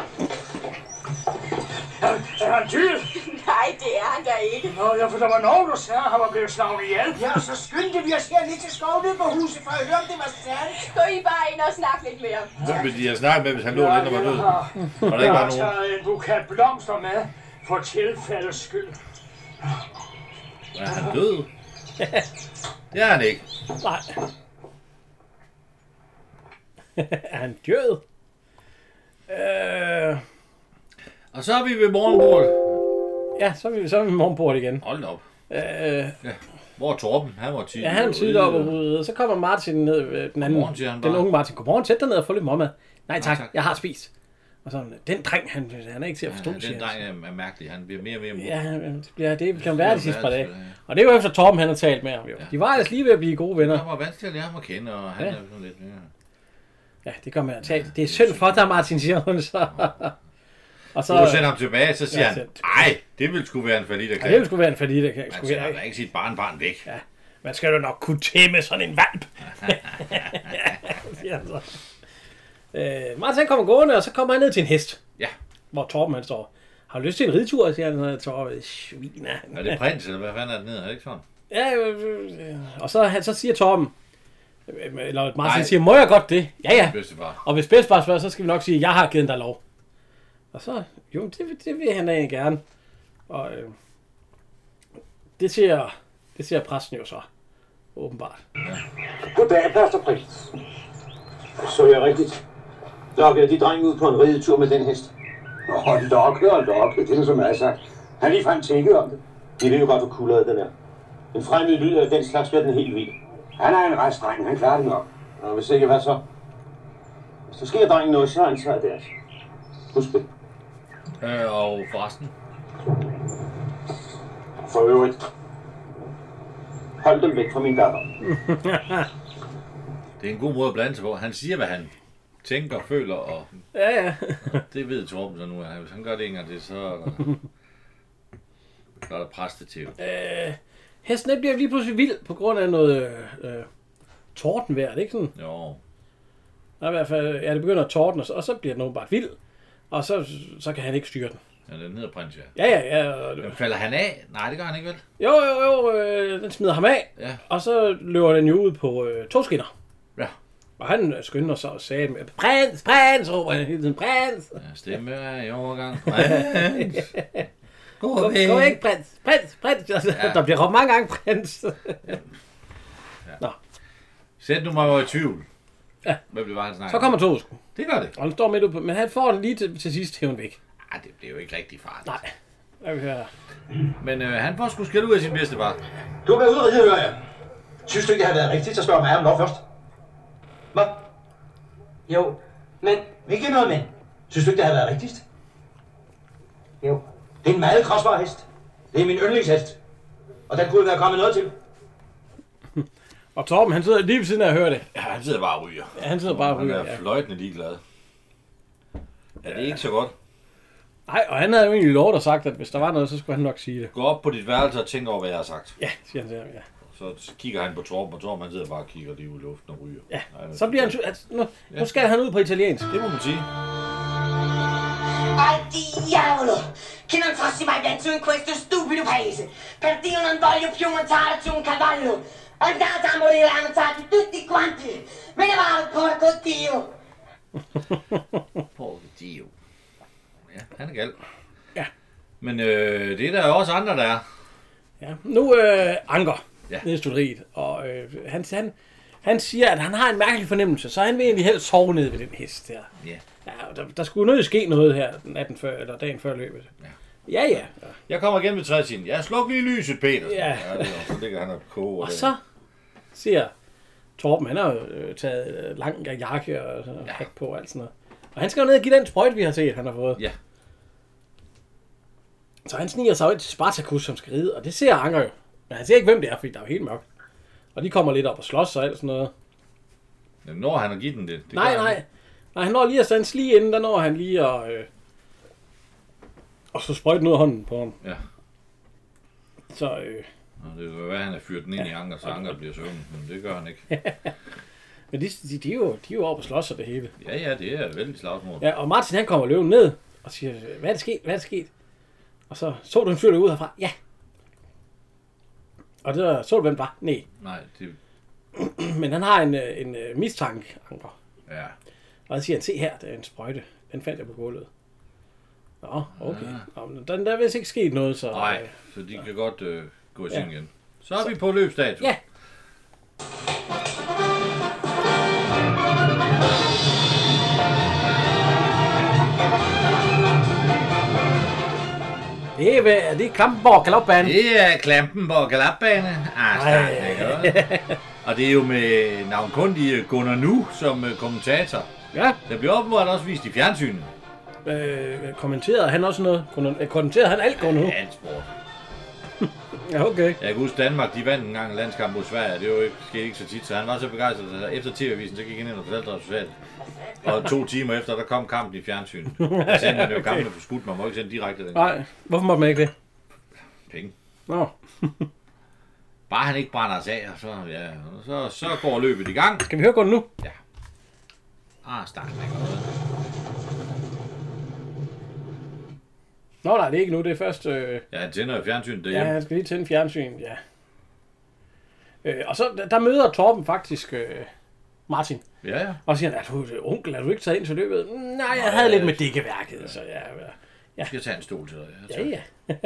Er han dyr? Nej, det er han da ikke. Nå, ja, for der var nogen, der sagde, at han var blevet slaget ihjel. Ja, så skyndte vi os her lidt til skovløberhuset, for at høre, om det var sandt. Gå I bare ind og snak lidt med ham. Så vil de have snakket med, hvis han lå derinde og var død. Og der ikke var nogen. Jeg har taget en buket blomster med, for tilfældets skyld. Er han død? Det er han ikke. Nej. Er han død? Og så er vi ved morgenbordet. Ja, så er vi ved morgenbordet igen. Hold da op. Ja. Hvor er Torben? Han var tit. Ja, han er tit op og ude. Og så kommer Martin ned, den anden, den unge Martin. Godmorgen, sæt dig ned og få lidt morgenmad. Nej tak, jeg har spist. Og så, den dreng, han er ikke til at forstå, den dreng er mærkelig. Han bliver mere og mere mod. Ja, det kan være de sidste par dage. Og det er jo efter Torben, han har talt med ham. Jo. De var altså lige ved at blive gode venner. Han var vant til at lære ham at kende, og han er sådan lidt mere. Ja, det gør man at tale. Det er synd for dig, Martin, siger hun så. Og så sender ham tilbage, så siger han, ej, det ville sgu være en fallit. Ja, det ville sgu være en fallit. Man skal ikke sit barn væk. Ja, man skal jo nok kunne tæmme sådan en valp. Ja, Martin kommer gående, og så kommer han ned til en hest. Ja. Hvor Torben han står. Har du lyst til en ridetur, siger han, Torben. Svin. Er det prins, eller hvad fanden er det nede? Er det ikke sådan? Ja, og så siger Torben, eller Martin siger, må jeg godt det? Ja. Og hvis bedstefar spørger, så skal vi nok sige, jeg har givet dig lov. Og så, jo, det vil han da gerne. Og det siger præsten jo så, åbenbart. Ja. Goddag, pastor Prins. Så jeg rigtigt. Lokkede de drenge ud på en ridetur med den hest? Lokke, det er så meget sagt. Han ligefrem tænket om det. De ved jo godt, hvor kulderet den er. En fremmed lyd af den slags bliver den helt vild. Han er en restdreng, han klarer det nok. Og hvis ikke, hvad så? Hvis der sker drengen noget, så antager jeg deres. Husk det. Og forresten? For øvrigt. Hold dem væk fra min datter. Det er en god måde at blande sig på. Han siger, hvad han tænker, føler, og ja. Det ved Torben så nu. Hvis han gør det engang, det så er der præste til. Hesten bliver lige pludselig vild på grund af noget tordenvejr, ikke sådan? Jo. I hvert fald, det begynder at tordne, og så bliver den åbenbart vild, og så kan han ikke styre den. Ja, den hedder prins, Ja. Den falder han af? Nej, det gør han ikke vel? Jo, den smider ham af, og så løber den jo ud på 2 skinner. Ja. Og han skynder sig og sagde, prins, råber han hele tiden, prins. Ja, stemme er i overgang. Gå væk, prins. Ja. Der bliver råbt mange gange, prins. Ja. Nå. Sæt nu mig i tvivl. Ja. Hvad blev han snakket? Så kommer toget sgu. Det gør det. Og han står midt ude på, men han får den lige til sidst hæven væk. Ej, det bliver jo ikke rigtig farligt. Nej. Jeg vil høre. Men han får sgu skæld ud af sin bedstefar. Du har været ude og ride, hører jeg. Synes du ikke, det har været rigtigt, så spørger mig om lov først? Hvad? Jo, men... Ikke noget men. Synes du ikke, det har været rigtigt? Jo. Det er en meget kostbar hest. Det er min yndlingshest. Og den kunne være kommet noget til. Og Torben, han sidder lige ved siden af at høre det. Ja, han sidder bare og ryger. Ja, han sidder bare og ryger, Han er fløjtende ligeglad. Ja, det er ikke så godt. Nej, og han havde jo egentlig lovet og sagt, at hvis der var noget, så skulle han nok sige det. Gå op på dit værelse og tænk over, hvad jeg har sagt. Ja, siger han til ham, ja. Så kigger han på Torben, og Torben han sidder bare og kigger lige ud i luften og ryger. Ja, så bliver han... Nu skal han ud på italiensk. Det må man sige. Al diavolo, che non fossi mai penso in questo stupido paese. Per Dio non voglio più montare su un cavallo. Andate a morire ammazzati tutti quanti. Me ne vado, porco Dio. Porco Dio. Ja, han er gal. Ja. Men det er der jo også andre, der er. Ja, nu Anker nede i studeriet, og han siger, at han har en mærkelig fornemmelse, så han vil egentlig helst sove nede ved den hest her. Ja. Ja, der skulle nødt ske noget her natten før, eller dagen før løbet. Ja. Jeg kommer igen ved 60'eren. Jeg sluk lige lyset, Peter. Ja. Så ligger han og koger. Og så siger Torben, han har jo taget lang jakke og hat på og alt sådan noget. Og han skal jo ned og give den sprøjt, vi har set, han har fået. Ja. Så han sniger sig ind til Spartacus, som skal ride, og det ser Anker jo. Men han ser ikke, hvem det er, fordi der er jo helt mørkt. Og de kommer lidt op og slås og alt sådan noget. Men når han har givet den det? Nej, han når lige at stands lige inden, der når han lige at... og så sprøjte noget af hånden på ham. Ja. Så... det kan være, at han har fyret den ind i Anker, så Anker bliver søvn, men det gør han ikke. Men de er jo oppe og slås og det hele. Ja, det er et vældig slagsmål. Ja, og Martin han kommer løven ned og siger, hvad er det sket? Og så du en fyr derude herfra? Ja. Og så du, hvem det var? Nej. Det... Men han har en mistanke, Anker. Ja. Og så siger han, se her, det er en sprøjte. Den fandt jeg på gulvet. Nå, okay. Ja. Der er vist ikke sket noget, så... Nej, så de kan godt gå i seng igen. Så er vi på løbsdato. Ja. Er det Klampenborg Galopbane? Det er Klampenborg Galopbane. Og det er jo med navnkundige Gunnar Nu som kommentator. Ja. Der bliver åbenbart også vist i fjernsynet. Kommenterede han også noget? Kommenterede han alt Gunnar Nu? Ja, alt sport. Ja, okay. Jeg kan huske, Danmark, de vandt en gang en landskamp mod Sverige. Det var jo skete ikke så tit, så han var så begejstret. Efter TV-avisen, så gik han ind og fortalte resultatet. Og 2 timer efter, der kom kampen i fjernsynet. Og sendte man jo kampene på skudt. Man må ikke sende direkte den. Nej, hvorfor må man ikke det? Penge. Nå. Bare han ikke brænder os af, og så går løbet i gang. Skal vi høre Gunnar Nu? Ja. Starten ikke noget. Nå nej, det er ikke nu, det er først... Ja, han tænder fjernsynet derhjemme. Ja, han skal lige tænde fjernsyn, ja. Og så, der møder Torben faktisk Martin. Ja. Og siger, onkel, er du ikke taget ind til løbet? Nej, jeg havde lidt med dækkeværket, så ja. Jeg skal tage en stol til dig. Ja.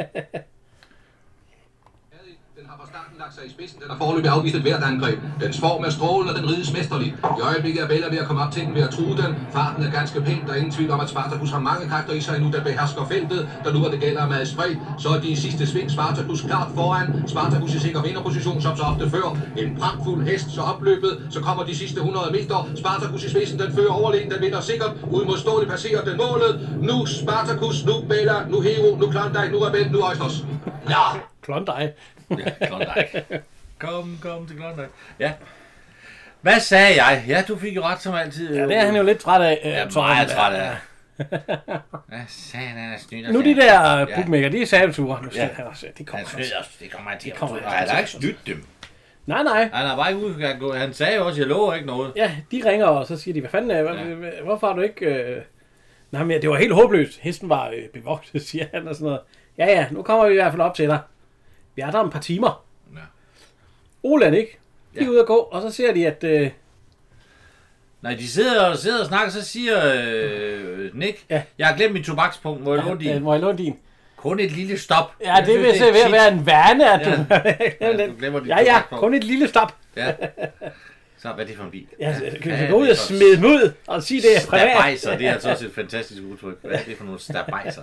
Den har fra starten lagt sig i spidsen. Den har foreløbig afvist et hvert angreb. Dens form er strålende, og den rides mesterligt. I øjeblikket er Bella ved at komme op til den ved at true den. Farten er ganske pæn. Der er ingen tvivl om, at Spartacus har mange kræfter i sig nu, der behersker feltet. Da nu, hvor det gælder med spred, så er de i sidste sving Spartacus klart foran. Spartacus i sikker vinderposition, som så ofte før. En pragtfuld hest, så opløbet. Så kommer de sidste 100 meter. Spartacus i spidsen, den fører overlegen. Den vinder sikkert. Udmodståeligt passerer den målet. Nu Spartacus, nu Bella, nu Hero, nu Klondike, nu Rebel, nu Oysters. Nå! Klondike. Ja, Klondike. Kom til Klondike. Ja. Hvad sagde jeg? Ja, du fik jo ret som altid. Ja, det er han jo lidt træt af. Ja, meget træt af. Hvad sagde han? Han snyder. Nu de der bookmaker, de er sabeture. Ja. De kommer han snyder os. Det kommer han til. Han har ikke snydt dem. Nej. Han har bare ikke udgået. Han sagde jo også, jeg lover ikke noget. Ja, de ringer, og så siger de, hvad fanden er hvorfor har du ikke... Nej, men det var helt håbløst. Hesten var bevogtet, siger han og sådan noget. Ja, nu kommer vi i hvert fald op til dig. Vi er der om et par timer. Ja. Roland, ikke? De er ude at gå, og så ser de, at... Nej, de sidder og snakker, så siger Nick, jeg har glemt min tobakspunkt, må jeg låne din? Må jeg låne din? Kun et lille stop. Ja, det vil se ved at være en vane, at du... du glemmer din tobakspunkt. Kun et lille stop. Ja. Så hvad er det for en bil? Ja, kan vi gå ud og smide dem ud og sige, det er privat? Stabajser, det er altså også et fantastisk udtryk. Hvad er det for nogle stabajser?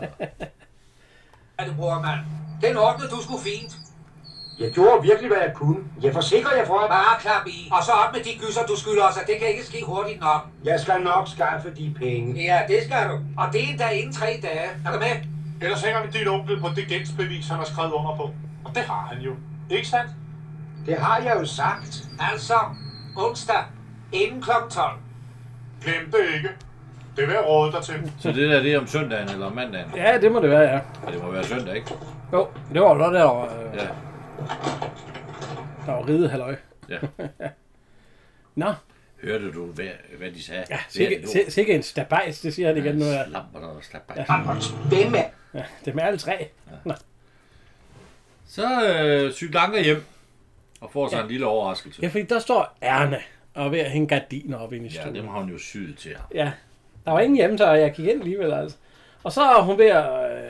Er det, bror, mand? Den ordnede du sgu fint. Jeg gjorde virkelig, hvad jeg kunne. Jeg forsikrer jer for, at... Bare klap i. Og så op med de gysser, du skylder os, det kan ikke ske hurtigt nok. Jeg skal nok skaffe de penge. Ja, det skal du. Og det er endda inden 3 dage. Er du med? Ellers hænger vi dit onkel på det gældsbevis, han har skrevet under på. Og det har han jo. Ikke sandt? Det har jeg jo sagt. Altså, onsdag, inden kl. 12. Glem det ikke. Det vil jeg råde dig til. Så det er om søndagen eller om mandagen? Ja, det må det være, ja. Ja, det må være søndag, ikke? Jo, det var jo der. Ja. Der var ride, halløj. Ja. Nå. Hørte du, hvad de sagde? Ja, sikke en stabajs, det siger han igen nu. Slapper der og stabajs. Hvem er? Ja, det er med alle 3. Ja. Så cykler Anker hjem og får sig en lille overraskelse. Ja, fordi der står Erna og ved at hænge gardiner op inde i stuen. Ja, dem har hun jo syet til ham. Ja, der var ingen hjemme, så jeg gik ind alligevel, altså. Og så er hun ved at...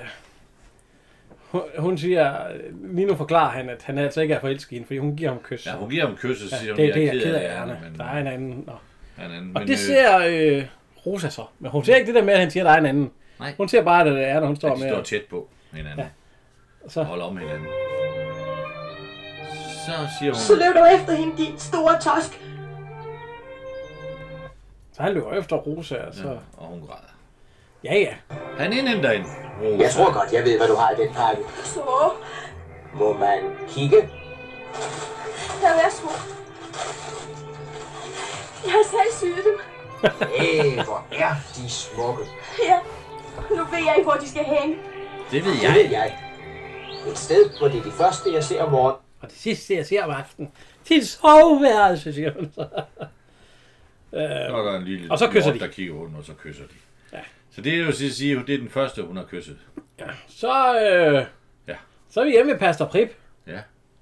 Hun siger, lige nu forklarer han, at han altså ikke er forelsket i hende, fordi hun giver ham kys. Ja, hun giver ham kys, og siger hun, det er ked af Erna. Der er en anden. Og men, det ser Rosa så. Men hun ser ikke det der med, at han siger, at der er en anden. Nej. Hun ser bare, at det er Erna, hun står med. De står tæt på hinanden. Ja. Så holder om hinanden. Så siger hun... Så løb du efter hende, din store tosk. Så han løber efter Rosa, og så... Ja, og hun græder. Ja. Han indhenter en Rosa. Jeg tror godt, jeg ved, hvad du har i den pakke. Så? Må man kigge? Ja, værsgo. Jeg har selv syet dem. Hvor er de smukke. Ja, nu ved jeg ikke, hvor de skal hænge. Det ved jeg. Et sted, hvor det er det første, jeg ser om morgenen. Og det sidste, jeg ser om aftenen. Til soveværelse, siger hun så. Så er der en lille og så kysser de. Der kigger på den, og så kysser de. Ja. Så det er jo at sige, det er den første, hun har kysset. Ja. Så er vi hjemme ved Pastor Prip. Ja.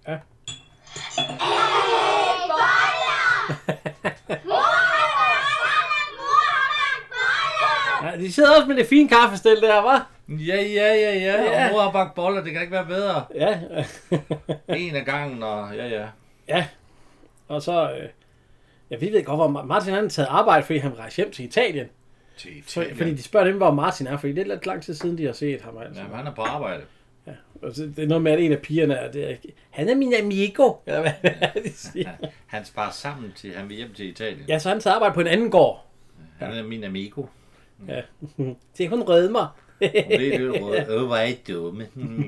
Ja, de sidder også med det fine kaffestel der, hva'? Ja. Og mor har bagt boller, det kan ikke være bedre. Ja. En af gangen, og ja. Ja. Og så... vi ved godt, hvor Martin han har taget arbejde, fordi han rejste hjem til Italien. Fordi de spørger dem, hvor Martin er, fordi det er lidt lang tid siden, de har set ham. Altså. Ja, han er på arbejde. Ja. Og så, det er noget med, at en af pigerne er, han er min amigo. Eller hvad de siger. Han sparer sammen til, han vil hjem til Italien. Ja, så han tager arbejde på en anden gård. Han er min amigo. Ja. Se, hun rødmer. Hun er lidt rød. Hvor er I dumme.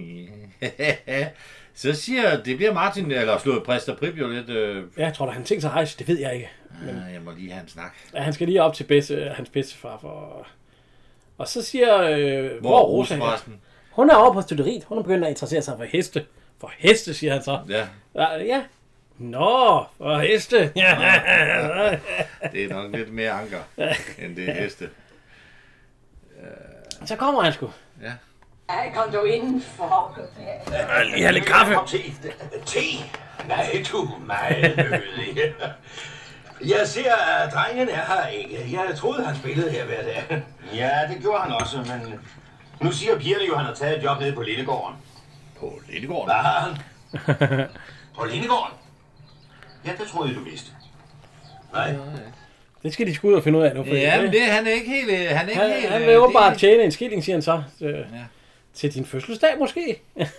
Så siger, det bliver Martin, eller slået Præster Prip jo lidt... Ja, jeg tror da, han tænker sig hejse, det ved jeg ikke. Men... jeg må lige have en snak. Ja, han skal lige op til hans bedstefar for... Og så siger... hvor er Rosa forresten? Hun er over på støtteriet. Hun er begyndt at interessere sig for heste. For heste, siger han så. Ja. Ja. Nå, for heste. Ja. Det er nok lidt mere anker, end det er heste. Så kommer han sgu. Ja. Ej, kom du indenfor. Jeg har lidt kaffe. Te? Nej, du er meget mødig. Jeg ser, at drengen er her ikke. Jeg troede, han spillede her hver dag. Ja, det gjorde han også, men nu siger pigerne jo, at han har taget et job nede på Lindegården. På Lindegården? Hvad har han? På Lindegården? Ja, det troede jeg, du vidste. Nej. Det skal de sgu ud og finde ud af nu. Ja, men han er ikke helt... Han vil jo bare tjene en skilling, siger han så. Til din fødselsdag måske.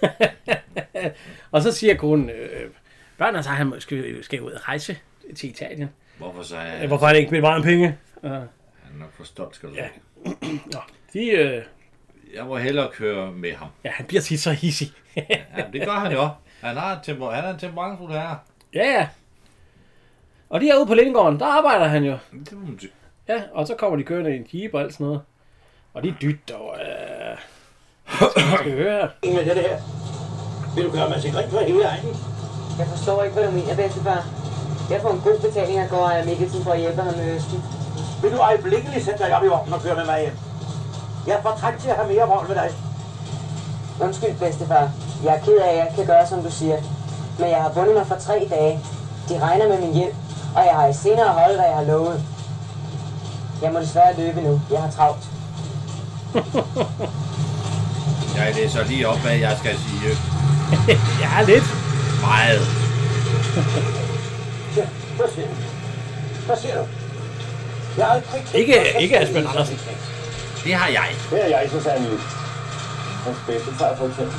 Og så siger konen, børnene så han skal ud og rejse til Italien. Hvorfor så er Hvorfor er det ikke med meget penge? Han er nok for stolt, skal du sige. Nå, jeg må hellere køre med ham. Ja, han bliver tit så hissig. Ja, det gør han jo. Han er en temperamentsfuld herre. Ja. Og de er ude på Lindegården, der arbejder han jo. Det må man sige. Ja, og så kommer de kørende i en jeep og alt sådan noget. Og de dytter og... skal vi høre her? Med det her. Vil du gøre mig til grin for hele egnen? Jeg forstår ikke, hvad du mener, bedstefar. Jeg får en god betaling af gård Mikkelsen for at hjælpe ham med Østen. Vil du øjeblikkeligt sætte dig op i vognen og køre med mig hjem? Jeg er for træt til at have mere vogn med dig. Undskyld, bedstefar. Jeg er ked af, at jeg ikke kan gøre, som du siger. Men jeg har bundet mig for 3 dage. De regner med min hjælp, og jeg har i senere holde, hvad jeg har lovet. Jeg må desværre løbe nu. Jeg har travlt. Jeg læser lige op, hvad jeg skal sige. Ja, lidt. Meget. Ja, hvad siger du? Hvad siger du? Jeg har aldrig Ikke Asbjørn Andersen. Det har jeg. Det er jeg, så sagde han jo. Hans bedstefar for eksempel.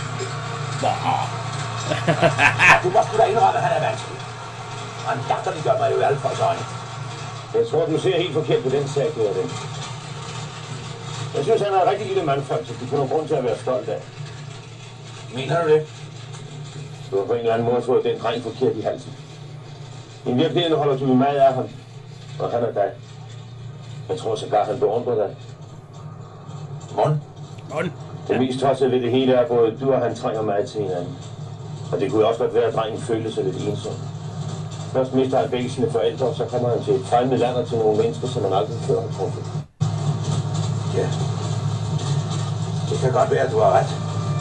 Du må sgu da indrømme, at han er vanskelig. Og han gør mig jo i alle folks øjne. Jeg tror, du ser helt forkert på den sag, gjorde det. Jeg synes, han er en rigtig lille mandfolk, så du får nogen grund til at være stolt af. Mener du det? Du har på en eller anden måde fået den dreng forkert i halsen. I virkeligheden holder du meget af ham, og han er dig. Jeg tror sågar, han beundrer dig. Mon? Det mest tossede ved det hele er, at både du og han trænger meget til hinanden. Og det kunne også godt være, at drengen følte sig lidt ensom. Først mister han begge sine forældre, og så kommer han til et fremmed land og til nogle mennesker, som han aldrig før har truffet. Ja. Det kan godt være, at du har ret.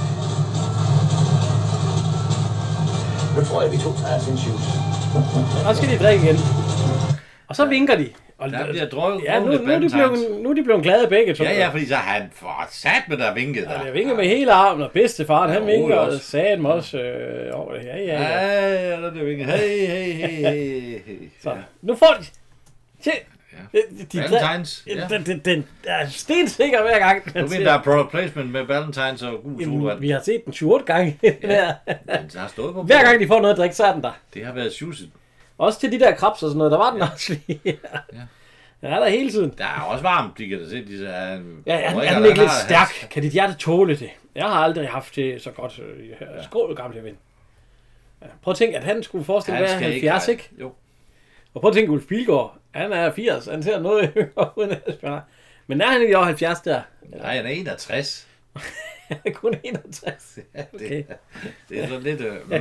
Nu tror jeg, vi to tager sin shoes. Og så skal de drikke igen. Og så vinker de. Og der bliver drukket. Ja, nu er de blevet glade begge to. Ja, fordi så har han sat med der vinket der. Ja, jeg vinker med hele armen, og bedstefaren, han vinker og sagde dem også over det. Ja. Ja, der er vinket. Hey. Så, nu får de... Valentines. Den er stensikker hver gang. Du mener, der er product placement med Valentines og gul solvand. Vi har set den 28 gange. Ja, den har stået på. Hver gang de får noget at drikke, så er den der. Det har været sjuset. Også til de der krabs og sådan noget, der var den også lige. Den er der hele tiden. Der er også varmt, de kan da se. De er, er den ikke lidt stærk? Kan dit hjerte tåle det? Jeg har aldrig haft det så godt. Skål, gamle ven. Ja, prøv at tænke, at han skulle forestille at være 70, ikke? Jo. Og prøv at tænke, Ulf Pilgaard, han er 80, han ser noget yngre uden Asbjørn. Men er han ikke over 70 der? Nej, han er 61. Han er kun 61. Ja, okay. Det er så lidt...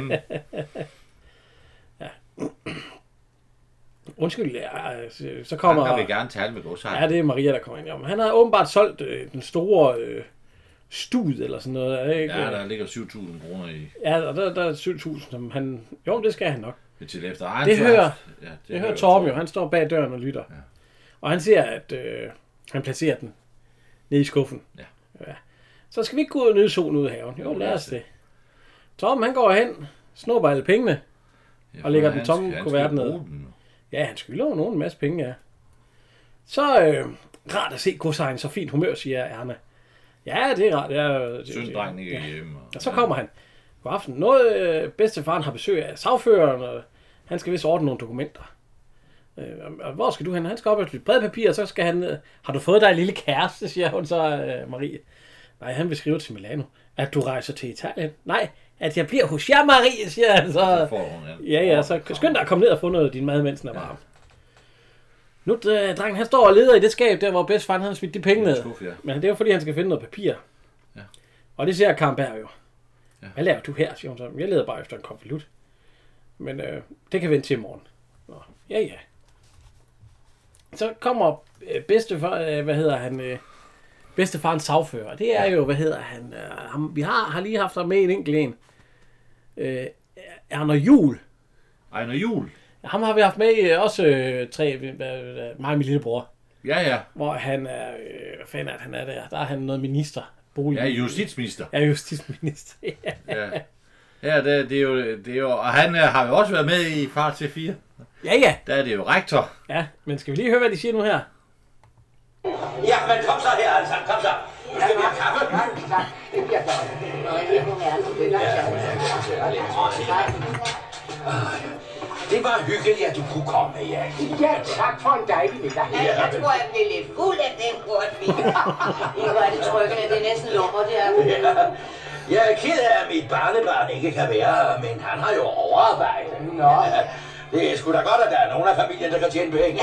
Ja. Undskyld, så kommer... Han vil gerne tale med godsejeren. Ja, det er Maria, der kommer ind. Jamen, han har åbenbart solgt den store stud eller sådan noget. Ikke? Ja, der ligger 7.000 kroner i... Ja, og der er 7.000, som han... Jo, det skal han nok. Til efter det hører Torben jo. Han står bag døren og lytter. Ja. Og han ser, at han placerer den nede i skuffen. Ja. Så skal vi ikke gå ud og nyde solen ud i haven. Jo, lad os det. Torben, han går hen, snupper alle pengene, og lægger den tomme kuvert ned. Ja, han skylder jo nogen en masse penge, ja. Så rart at se godsejeren så fint humør, siger Erna. Ja, det er rart. Søndrengen ikke er hjemme. Og så kommer han. God aften. Bedstefaren har besøg af sagføreren, og han skal vist ordne nogle dokumenter. Og hvor skal du hen? Han skal op og et brevpapir, og så skal han... Har du fået dig en lille kæreste, siger hun så, Marie. Nej, han vil skrive til Milano. At du rejser til Italien. Nej, at jeg bliver hos jer, Marie, siger han så. Ja, så skynd dig at komme ned og få noget af din mad, mens den er varm. Nu, drengen, han står og leder i det skab, der hvor bedstefaren havde smidt de penge ned. Men det er jo fordi, han skal finde noget papir. Ja. Og det siger Karamberg jo. Ja. Hvad laver du her, siger hun så. Jeg leder bare efter en konvolut. Men det kan vente til i morgen. Ja. Så kommer bedstefarens sagfører. Det er jo, vi har lige haft ham med en enkelt en. Ejner Juhl. Ejner Juhl? Ham har vi haft med også mig og min lillebror. Ja. Hvor han er, han er der. Der er han noget minister. Ja, justitsminister. Ja, justitsminister. Ja, det er jo, og han har jo også været med i Far til 4. Ja. Der er det jo rektor. Ja, men skal vi lige høre, hvad de siger nu her? Ja, men kom så her, altså. Kom så. Nu skal vi have kaffe. Tak. Det bliver Det var hyggeligt, at du kunne komme, ja. Ja, tak for en dejlig middag. Jeg tror, jeg blev lidt fuld af den portvin. Hvor er det trykkende, det er næsten lummer, det er. Jeg er ked af, at mit barnebarn ikke kan være, men han har jo overarbejde. Nå. Det er sgu da godt, at der er nogen af familien, der kan tjene penge.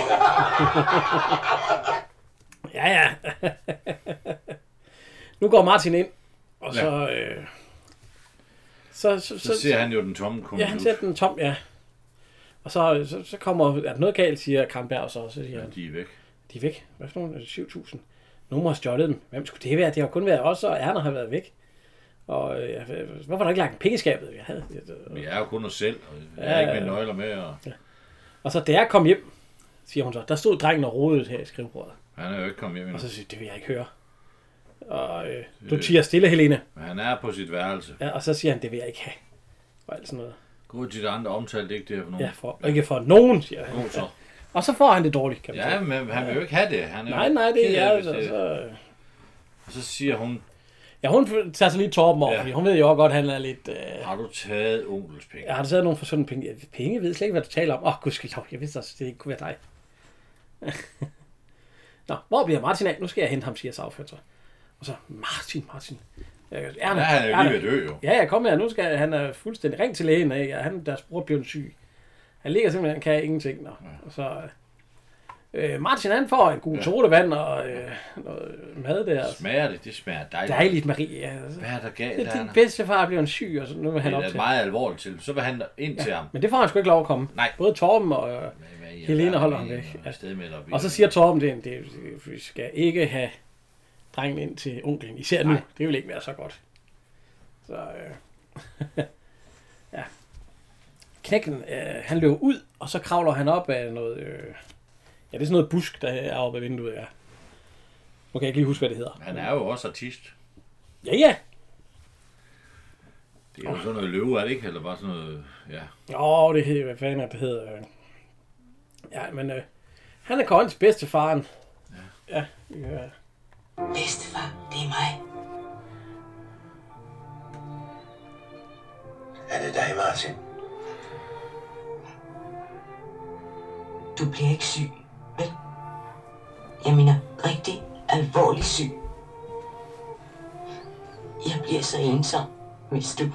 Ja. Nu går Martin ind, og så... Så ser han jo den tomme konvolut. Ja, han ser den tom, ja. Og så kommer... Er der noget galt, siger Karamberg, så siger han... De er væk. De er væk? Hvad for nogle? 7.000. Nogen har stjålet dem. Hvem skulle det være? Det har kun været os, og Erna har været væk. Og hvorfor har der ikke lagt en pengeskabet, vi havde? Vi er jo kun os selv, og jeg er ikke med nøgler med. Og så da jeg kom hjem, siger hun så, der stod drengen og rodede her i skrivebordet. Han er jo ikke kommet hjem endnu. Og så siger det vil jeg ikke høre. Og du tiger stille, Helene. Men han er på sit værelse. Ja, og så siger han, det vil jeg ikke have. Og alt sådan noget. Gå til de andre, omtalte ikke det her for nogen. Ja, ikke for nogen, siger han. God så. Og så får han det dårligt, kan man sige. Ja, men han vil jo ikke have det. Han er nej, det er altså. Og så siger hun... Ja, hun tager sig lige Torben over, fordi hun ved jo også godt, at han er lidt... Har du taget onkels penge? Ja, har du taget nogle for sådan penge? Penge? Jeg ved slet ikke, hvad du taler om. Gudskelov, jeg vidste også, det ikke kunne være dig. Nå, hvor bliver Martin af? Nu skal jeg hente ham, siger sagfører. Og så, Martin. Erna, han er jo lige ved at dø, jo. Ja, kom her, nu skal han er fuldstændig ring til lægen, ikke? Deres bror bliver syg. Han ligger simpelthen, han kan ingenting. Nå. Og så... Martin, han får en god sodavand og noget mad der. Smager det? Det smager dejligt. Dejligt, Marie. Ja. Hvad er der galt der? Din bedstefar bliver en syg, og så nu vil han op til. Det er meget alvorligt til. Så vil han ind til ham. Men det får han sgu ikke lov at komme. Nej. Både Torben og Helene holder ham væk. Og så siger Torben, vi skal ikke have drengen ind til onklen. Især nu. Det vil ikke være så godt. Så ja. Knækken, han løber ud, og så kravler han op af noget... Ja, det er sådan noget busk, der er oppe af vinduet, ja. Nu kan jeg ikke lige huske, hvad det hedder. Han er jo også artist. Ja. Det er jo sådan noget løve, er det ikke? Eller bare sådan noget, ja. Det hedder, hvad fanden det hedder. Ja, men han er Korens bedstefaren. Ja, vi hører. Bedstefar, det er mig. Er det dig, Martin? Du bliver ikke syg, vel? Jeg mener rigtig alvorlig syg. Jeg bliver så ensom, hvis du...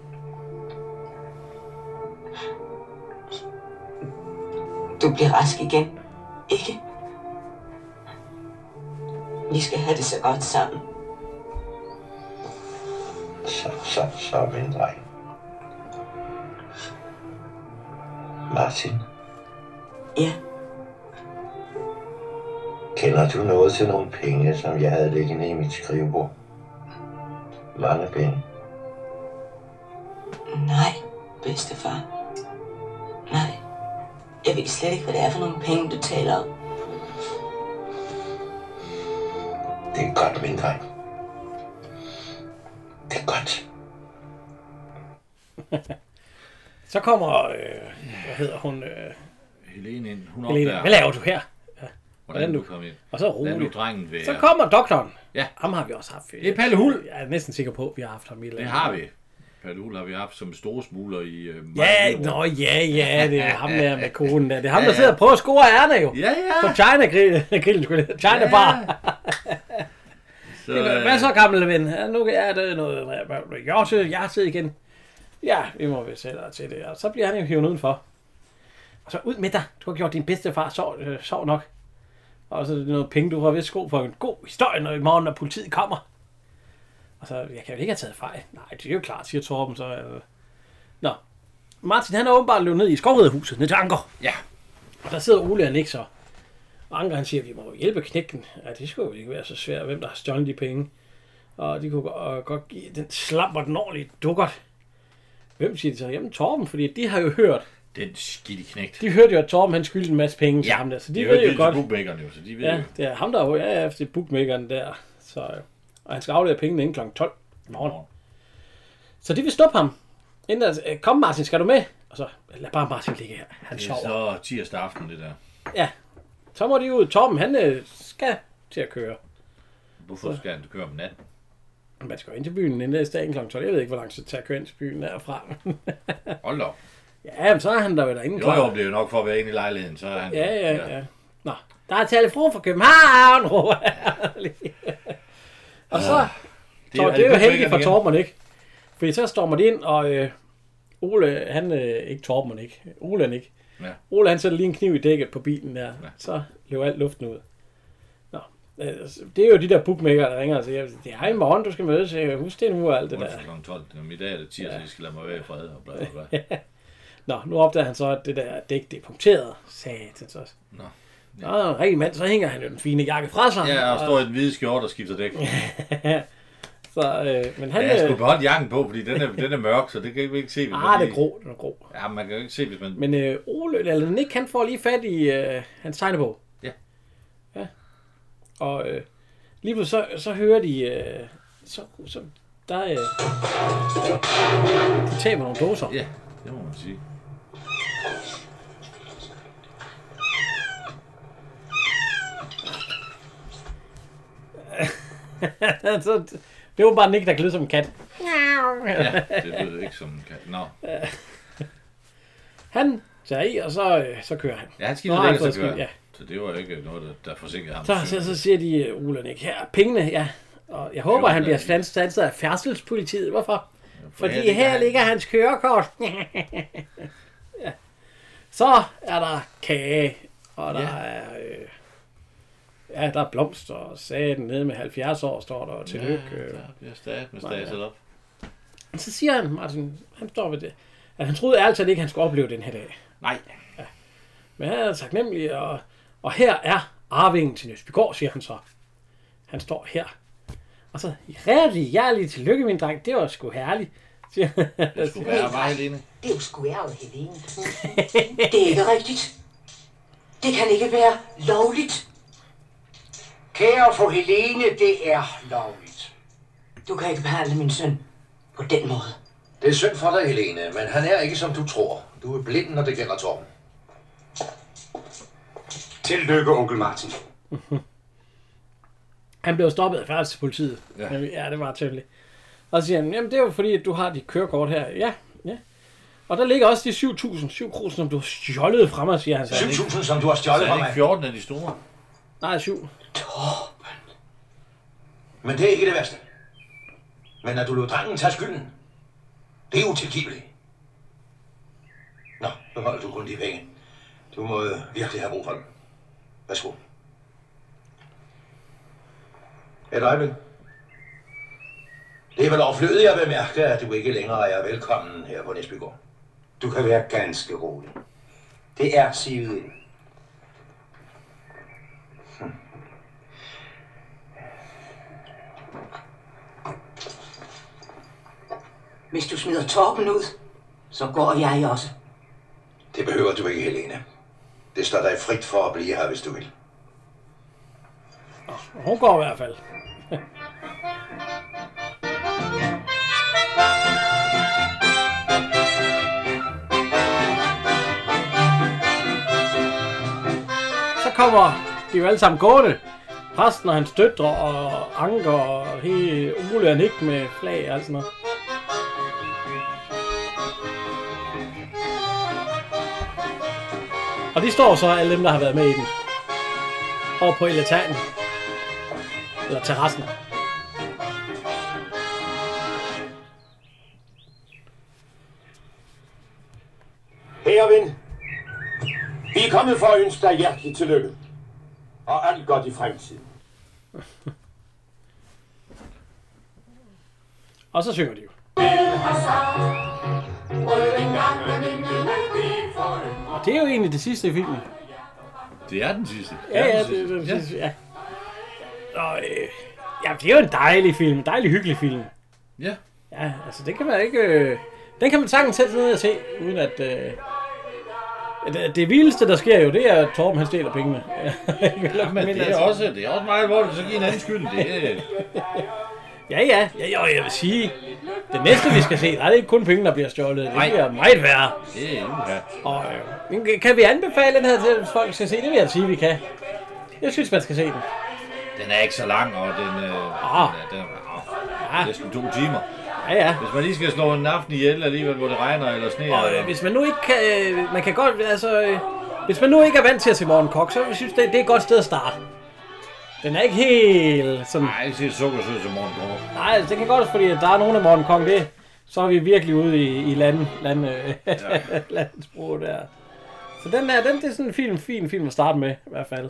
Du bliver rask igen, ikke? Vi skal have det så godt sammen. Så, min dreng. Martin? Ja. Kender du noget til nogle penge, som jeg havde liggende i mit skrivebord? Mange penge? Nej, bedstefar. Nej. Jeg ved slet ikke, hvad det er for nogle penge, du taler om. Det er godt, min dreng. Det er godt. Så kommer, hvad hedder hun? Helene ind. Hun Helene, hvad laver du her? Ja. Hvordan du kom ind. Og så Hvordan roligt. du drengen ved. Så kommer doktoren. Ja. Ham har vi også haft. Det er Palle Hul. Jeg er næsten sikker på, at vi har haft ham i Det har vi. Palle Hul har vi haft som store smugler i... Ja, det er ham der med konen der. Det er ham, der sidder og prøver at score ærne jo. Ja. På China-grillen, China Bar. Hvad så, gamle ven? Ja, nu er det noget... Jeg sidder igen. Ja, vi må vel sætte til det. Og så bliver han jo hivet udenfor. Og så ud med dig. Du har gjort din bedste far sov nok. Og så er det noget penge, du har vist sko for en god historie, når i morgen, når politiet kommer. Og så, jeg kan jo ikke have taget fejl. Nej, det er jo klart, siger Torben så. Nå. Martin, han er åbenbart løbet ned i Skovriderhuset, ned til Anker. Ja. Og der sidder Ole og Nick så. Og Anker, han siger, vi må hjælpe knægten. Ja, det skulle jo ikke være så svært, hvem der har stjålet de penge. Og de kunne godt give den slamper den ordentligt dukkert. Hvem siger de så? Jamen Torben, fordi de har jo hørt. Den skidte knægt. De hørte jo, at Torben han skyldte en masse penge til ham der. Så de ved jo godt. Bookmakeren jo, så de ved ja, jo. det er ham, der er jo efter bookmakeren der. Så, og han skal aflevere pengene inden kl. 12 i morgen. Så de vil stoppe ham. Inden kom Martin, skal du med? Og så lad bare Martin ligge her. Han sover. Det er så tirsdag aften, det der. Ja. Så må de ud. Torben, han skal til at køre. Hvorfor skal han køre om natten? Man skal jo ind til byen inden næste dag kl. 12. Jeg ved ikke, hvor langt det tager at køre ind til byen derfra. Hold da. Ja, men så er han der jo derinde klar. Jo, det er jo nok for at være inde i lejligheden, så er han... Ja. Nå, der er telefon fra København, og så... Det er jo heldigt for Torben, ikke? Fordi så stormer de ind, og Ole, han... ikke Torben, ikke? Ole, ikke? Ja. Ole, han sætter lige en kniv i dækket på bilen der. Ja. Så løber alt luften ud. Nå, det er jo de der bookmaker, der ringer og siger, det er i morgen, du skal mødes. Husk det nu og alt det der. Kl. 12. I dag er det tirsdag, jeg skal lade mig være i fred og bla bla bla. Nå, nu opdager han så, at det der dæk, det er punkteret. Satans også. Nå. Ja. Nå, en rigtig mand, så hænger han jo den fine jakke fra sig. Ja, og står i den hvide skjorte og skifter dæk. Så, men han... Ja, jeg skulle beholde jakken på, fordi den er mørk, så det kan vi ikke se. Det er grå, den er grå. Ja, man kan jo ikke se, hvis man... Men Ole, eller Nick, han får lige fat i hans tegnebog. Ja. Ja. Og lige pludselig så hører de... så der de taber nogle dåser. Ja, det må man sige. Så, det var bare Nick, der gled som en kat. Ja, det blev ikke som en kat. Nå. Han tager i, og så kører han. Ja, han skifter dæk, og så kører han. Ja. Så det var jo ikke noget, der forsinkede ham. Så siger de, Ole og Nick, her pengene, ja. Og jeg håber, han bliver standset af færdselspolitiet. Hvorfor? Fordi her ligger hans kørekort. Ja. Så er der kage, og der er... Ja, der er blomster og saten nede med 70 år, står der, og tillykke. Ja, der bliver staset op. Så siger han, Martin, han står ved det, at han troede altid ikke, han skulle opleve den her dag. Nej. Ja. Men han er taknemmelig, og her er arvingen til Nøsbygård, siger han så. Han står her. Og så, rigtig hjertelig tillykke, min dreng, det var sgu herligt. Det skulle være mig, Helene. Det er jo sgu ærget, Helene. Det er ikke rigtigt. Det kan ikke være lovligt. Kære fru Helene, det er lovligt. Du kan ikke behandle min søn på den måde. Det er synd for dig, Helene, men han er ikke som du tror. Du er blind, når det gælder Torben. Tillykke, onkel Martin. Han blev stoppet af færdselspolitiet. Ja, det var tydelig. Og så siger han, jamen det er jo fordi, at du har dit kørekort her. Ja. Og der ligger også de 7.000 kroner, som du har stjålet fra mig, siger han. 7.000, som du har stjålet fra mig? Så er det 14 af de store? Nej, 7. Torben. Men det er ikke det værste. Men når du lod drengen tage skylden, det er utilgiveligt. Nå, beholder du kun de penge. Du må virkelig have brug for dem. Værsgo. Et øjeblik. Det er vel overflødigt at bemærke, at du ikke længere er velkommen her på Næsbygård. Du kan være ganske rolig. Det er sivet ind. Hvis du smider Torben ud, så går jeg også. Det behøver du ikke, Helene. Det står dig frit for at blive her, hvis du vil. Hun går i hvert fald. Så kommer De er jo alle sammen gående. Præsten og hans døtre og Anker og hele Ole og Nick med flag og alt sådan noget. Og de står så, alle dem, der har været med i den. Over på eletaten. Eller terrassen. Kære ven, vi er kommet for at ønske dig hjerteligt tillykke. Og alt godt i fremtiden. Og så synger de jo. Og det er jo egentlig det sidste i filmen. Det er den sidste. Ja, det er den sidste, ja. Og, ja, det er jo en dejlig film. En dejlig, hyggelig film. Ja. Ja, altså det kan man ikke... den kan man sagtens sætte sig ned og se, uden at... det vildeste, der sker jo, det er, at Torben han stjæler pengene. Men det er også meget alvorligt, så giver en anden skyld. Det er... Ja, jeg vil sige, det næste vi skal se, der er det ikke kun penge, der bliver stjålet. Det bliver meget værre. Det er uha. Og kan vi anbefale den her til, at folk skal se? Det vil jeg sige, vi kan. Jeg synes, man skal se den. Den er ikke så lang, og den er næsten 2 timer. Ja. Hvis man lige skal slå en aften ihjel alligevel, hvor det regner eller sne. Og hvis man nu ikke kan... man kan godt... Altså, hvis man nu ikke er vant til at se Morten Korch, så synes det er et godt sted at starte. Den er ikke helt sådan... Nej, ikke så sukkersød som Morten Korch. Nej, det kan godt, fordi der er nogle af Morten Korch, det... Så er vi virkelig ude i landsprog der. Så det er sådan en fin film at starte med, i hvert fald.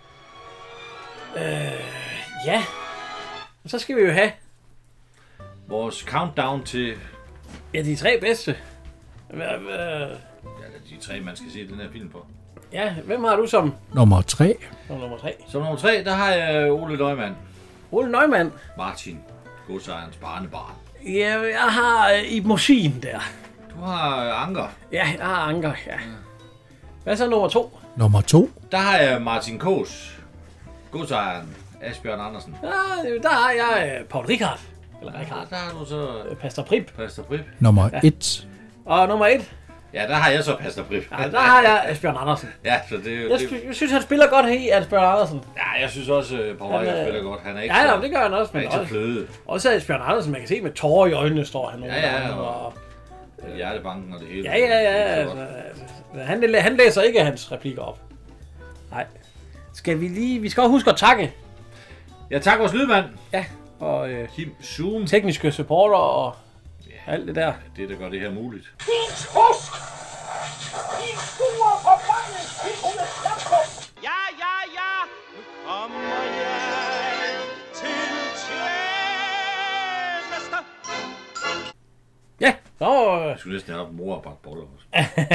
Ja. Og så skal vi jo have... vores countdown til... Ja, de 3 bedste. Ja, de 3, man skal se den her film på. Ja, hvem har du som? Nummer 3. Som nummer 3. Som nummer 3, der har jeg Ole Neumann. Ole Neumann? Martin, godsejerens barnebarn. Ja, jeg har Ib Mossin der. Du har Anker. Ja, jeg har Anker, ja. Hvad så nummer 2? Nummer 2. Der har jeg Martin Kås. Godsejeren Asbjørn Andersen. Ja, der har jeg Paul Richard. Eller Richard. Der har du så... Pastor Prip. Nummer 1. Og nummer 1? Ja, der har jeg så Pastor Prip. Ja, der har jeg Asbjørn Andersen. Ja, så det... Jeg synes, han spiller godt her i Asbjørn Andersen. Ja, jeg synes også, Paul Richard spiller godt. Han er ikke ja, det gør han også. Men ikke så fløde. Også Asbjørn Andersen, man kan se med tårer i øjnene, står han. Ja, og hjertebanken og det hele. Ja. Altså, han læser ikke hans replikker op. Nej. Skal vi lige... Vi skal også huske at takke. Ja, tak vores lydmand. Ja, og Kim Zoom. Tekniske supporter og alt det der. Det, der gør det her muligt. Din tusk! Din store forbandelse, Ole Stamkop! Ja! Nu kommer jeg til tjeneste! Ja, så... Jeg skulle næsten have mor og bagt boller også.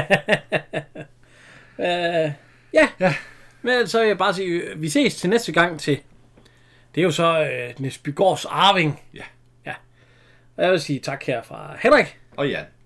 Ja. Men så vil jeg bare sige, vi ses til næste gang til... Det er jo så Niels Bygårds Arving. Ja. Og jeg vil sige tak her fra Henrik. Og Jan.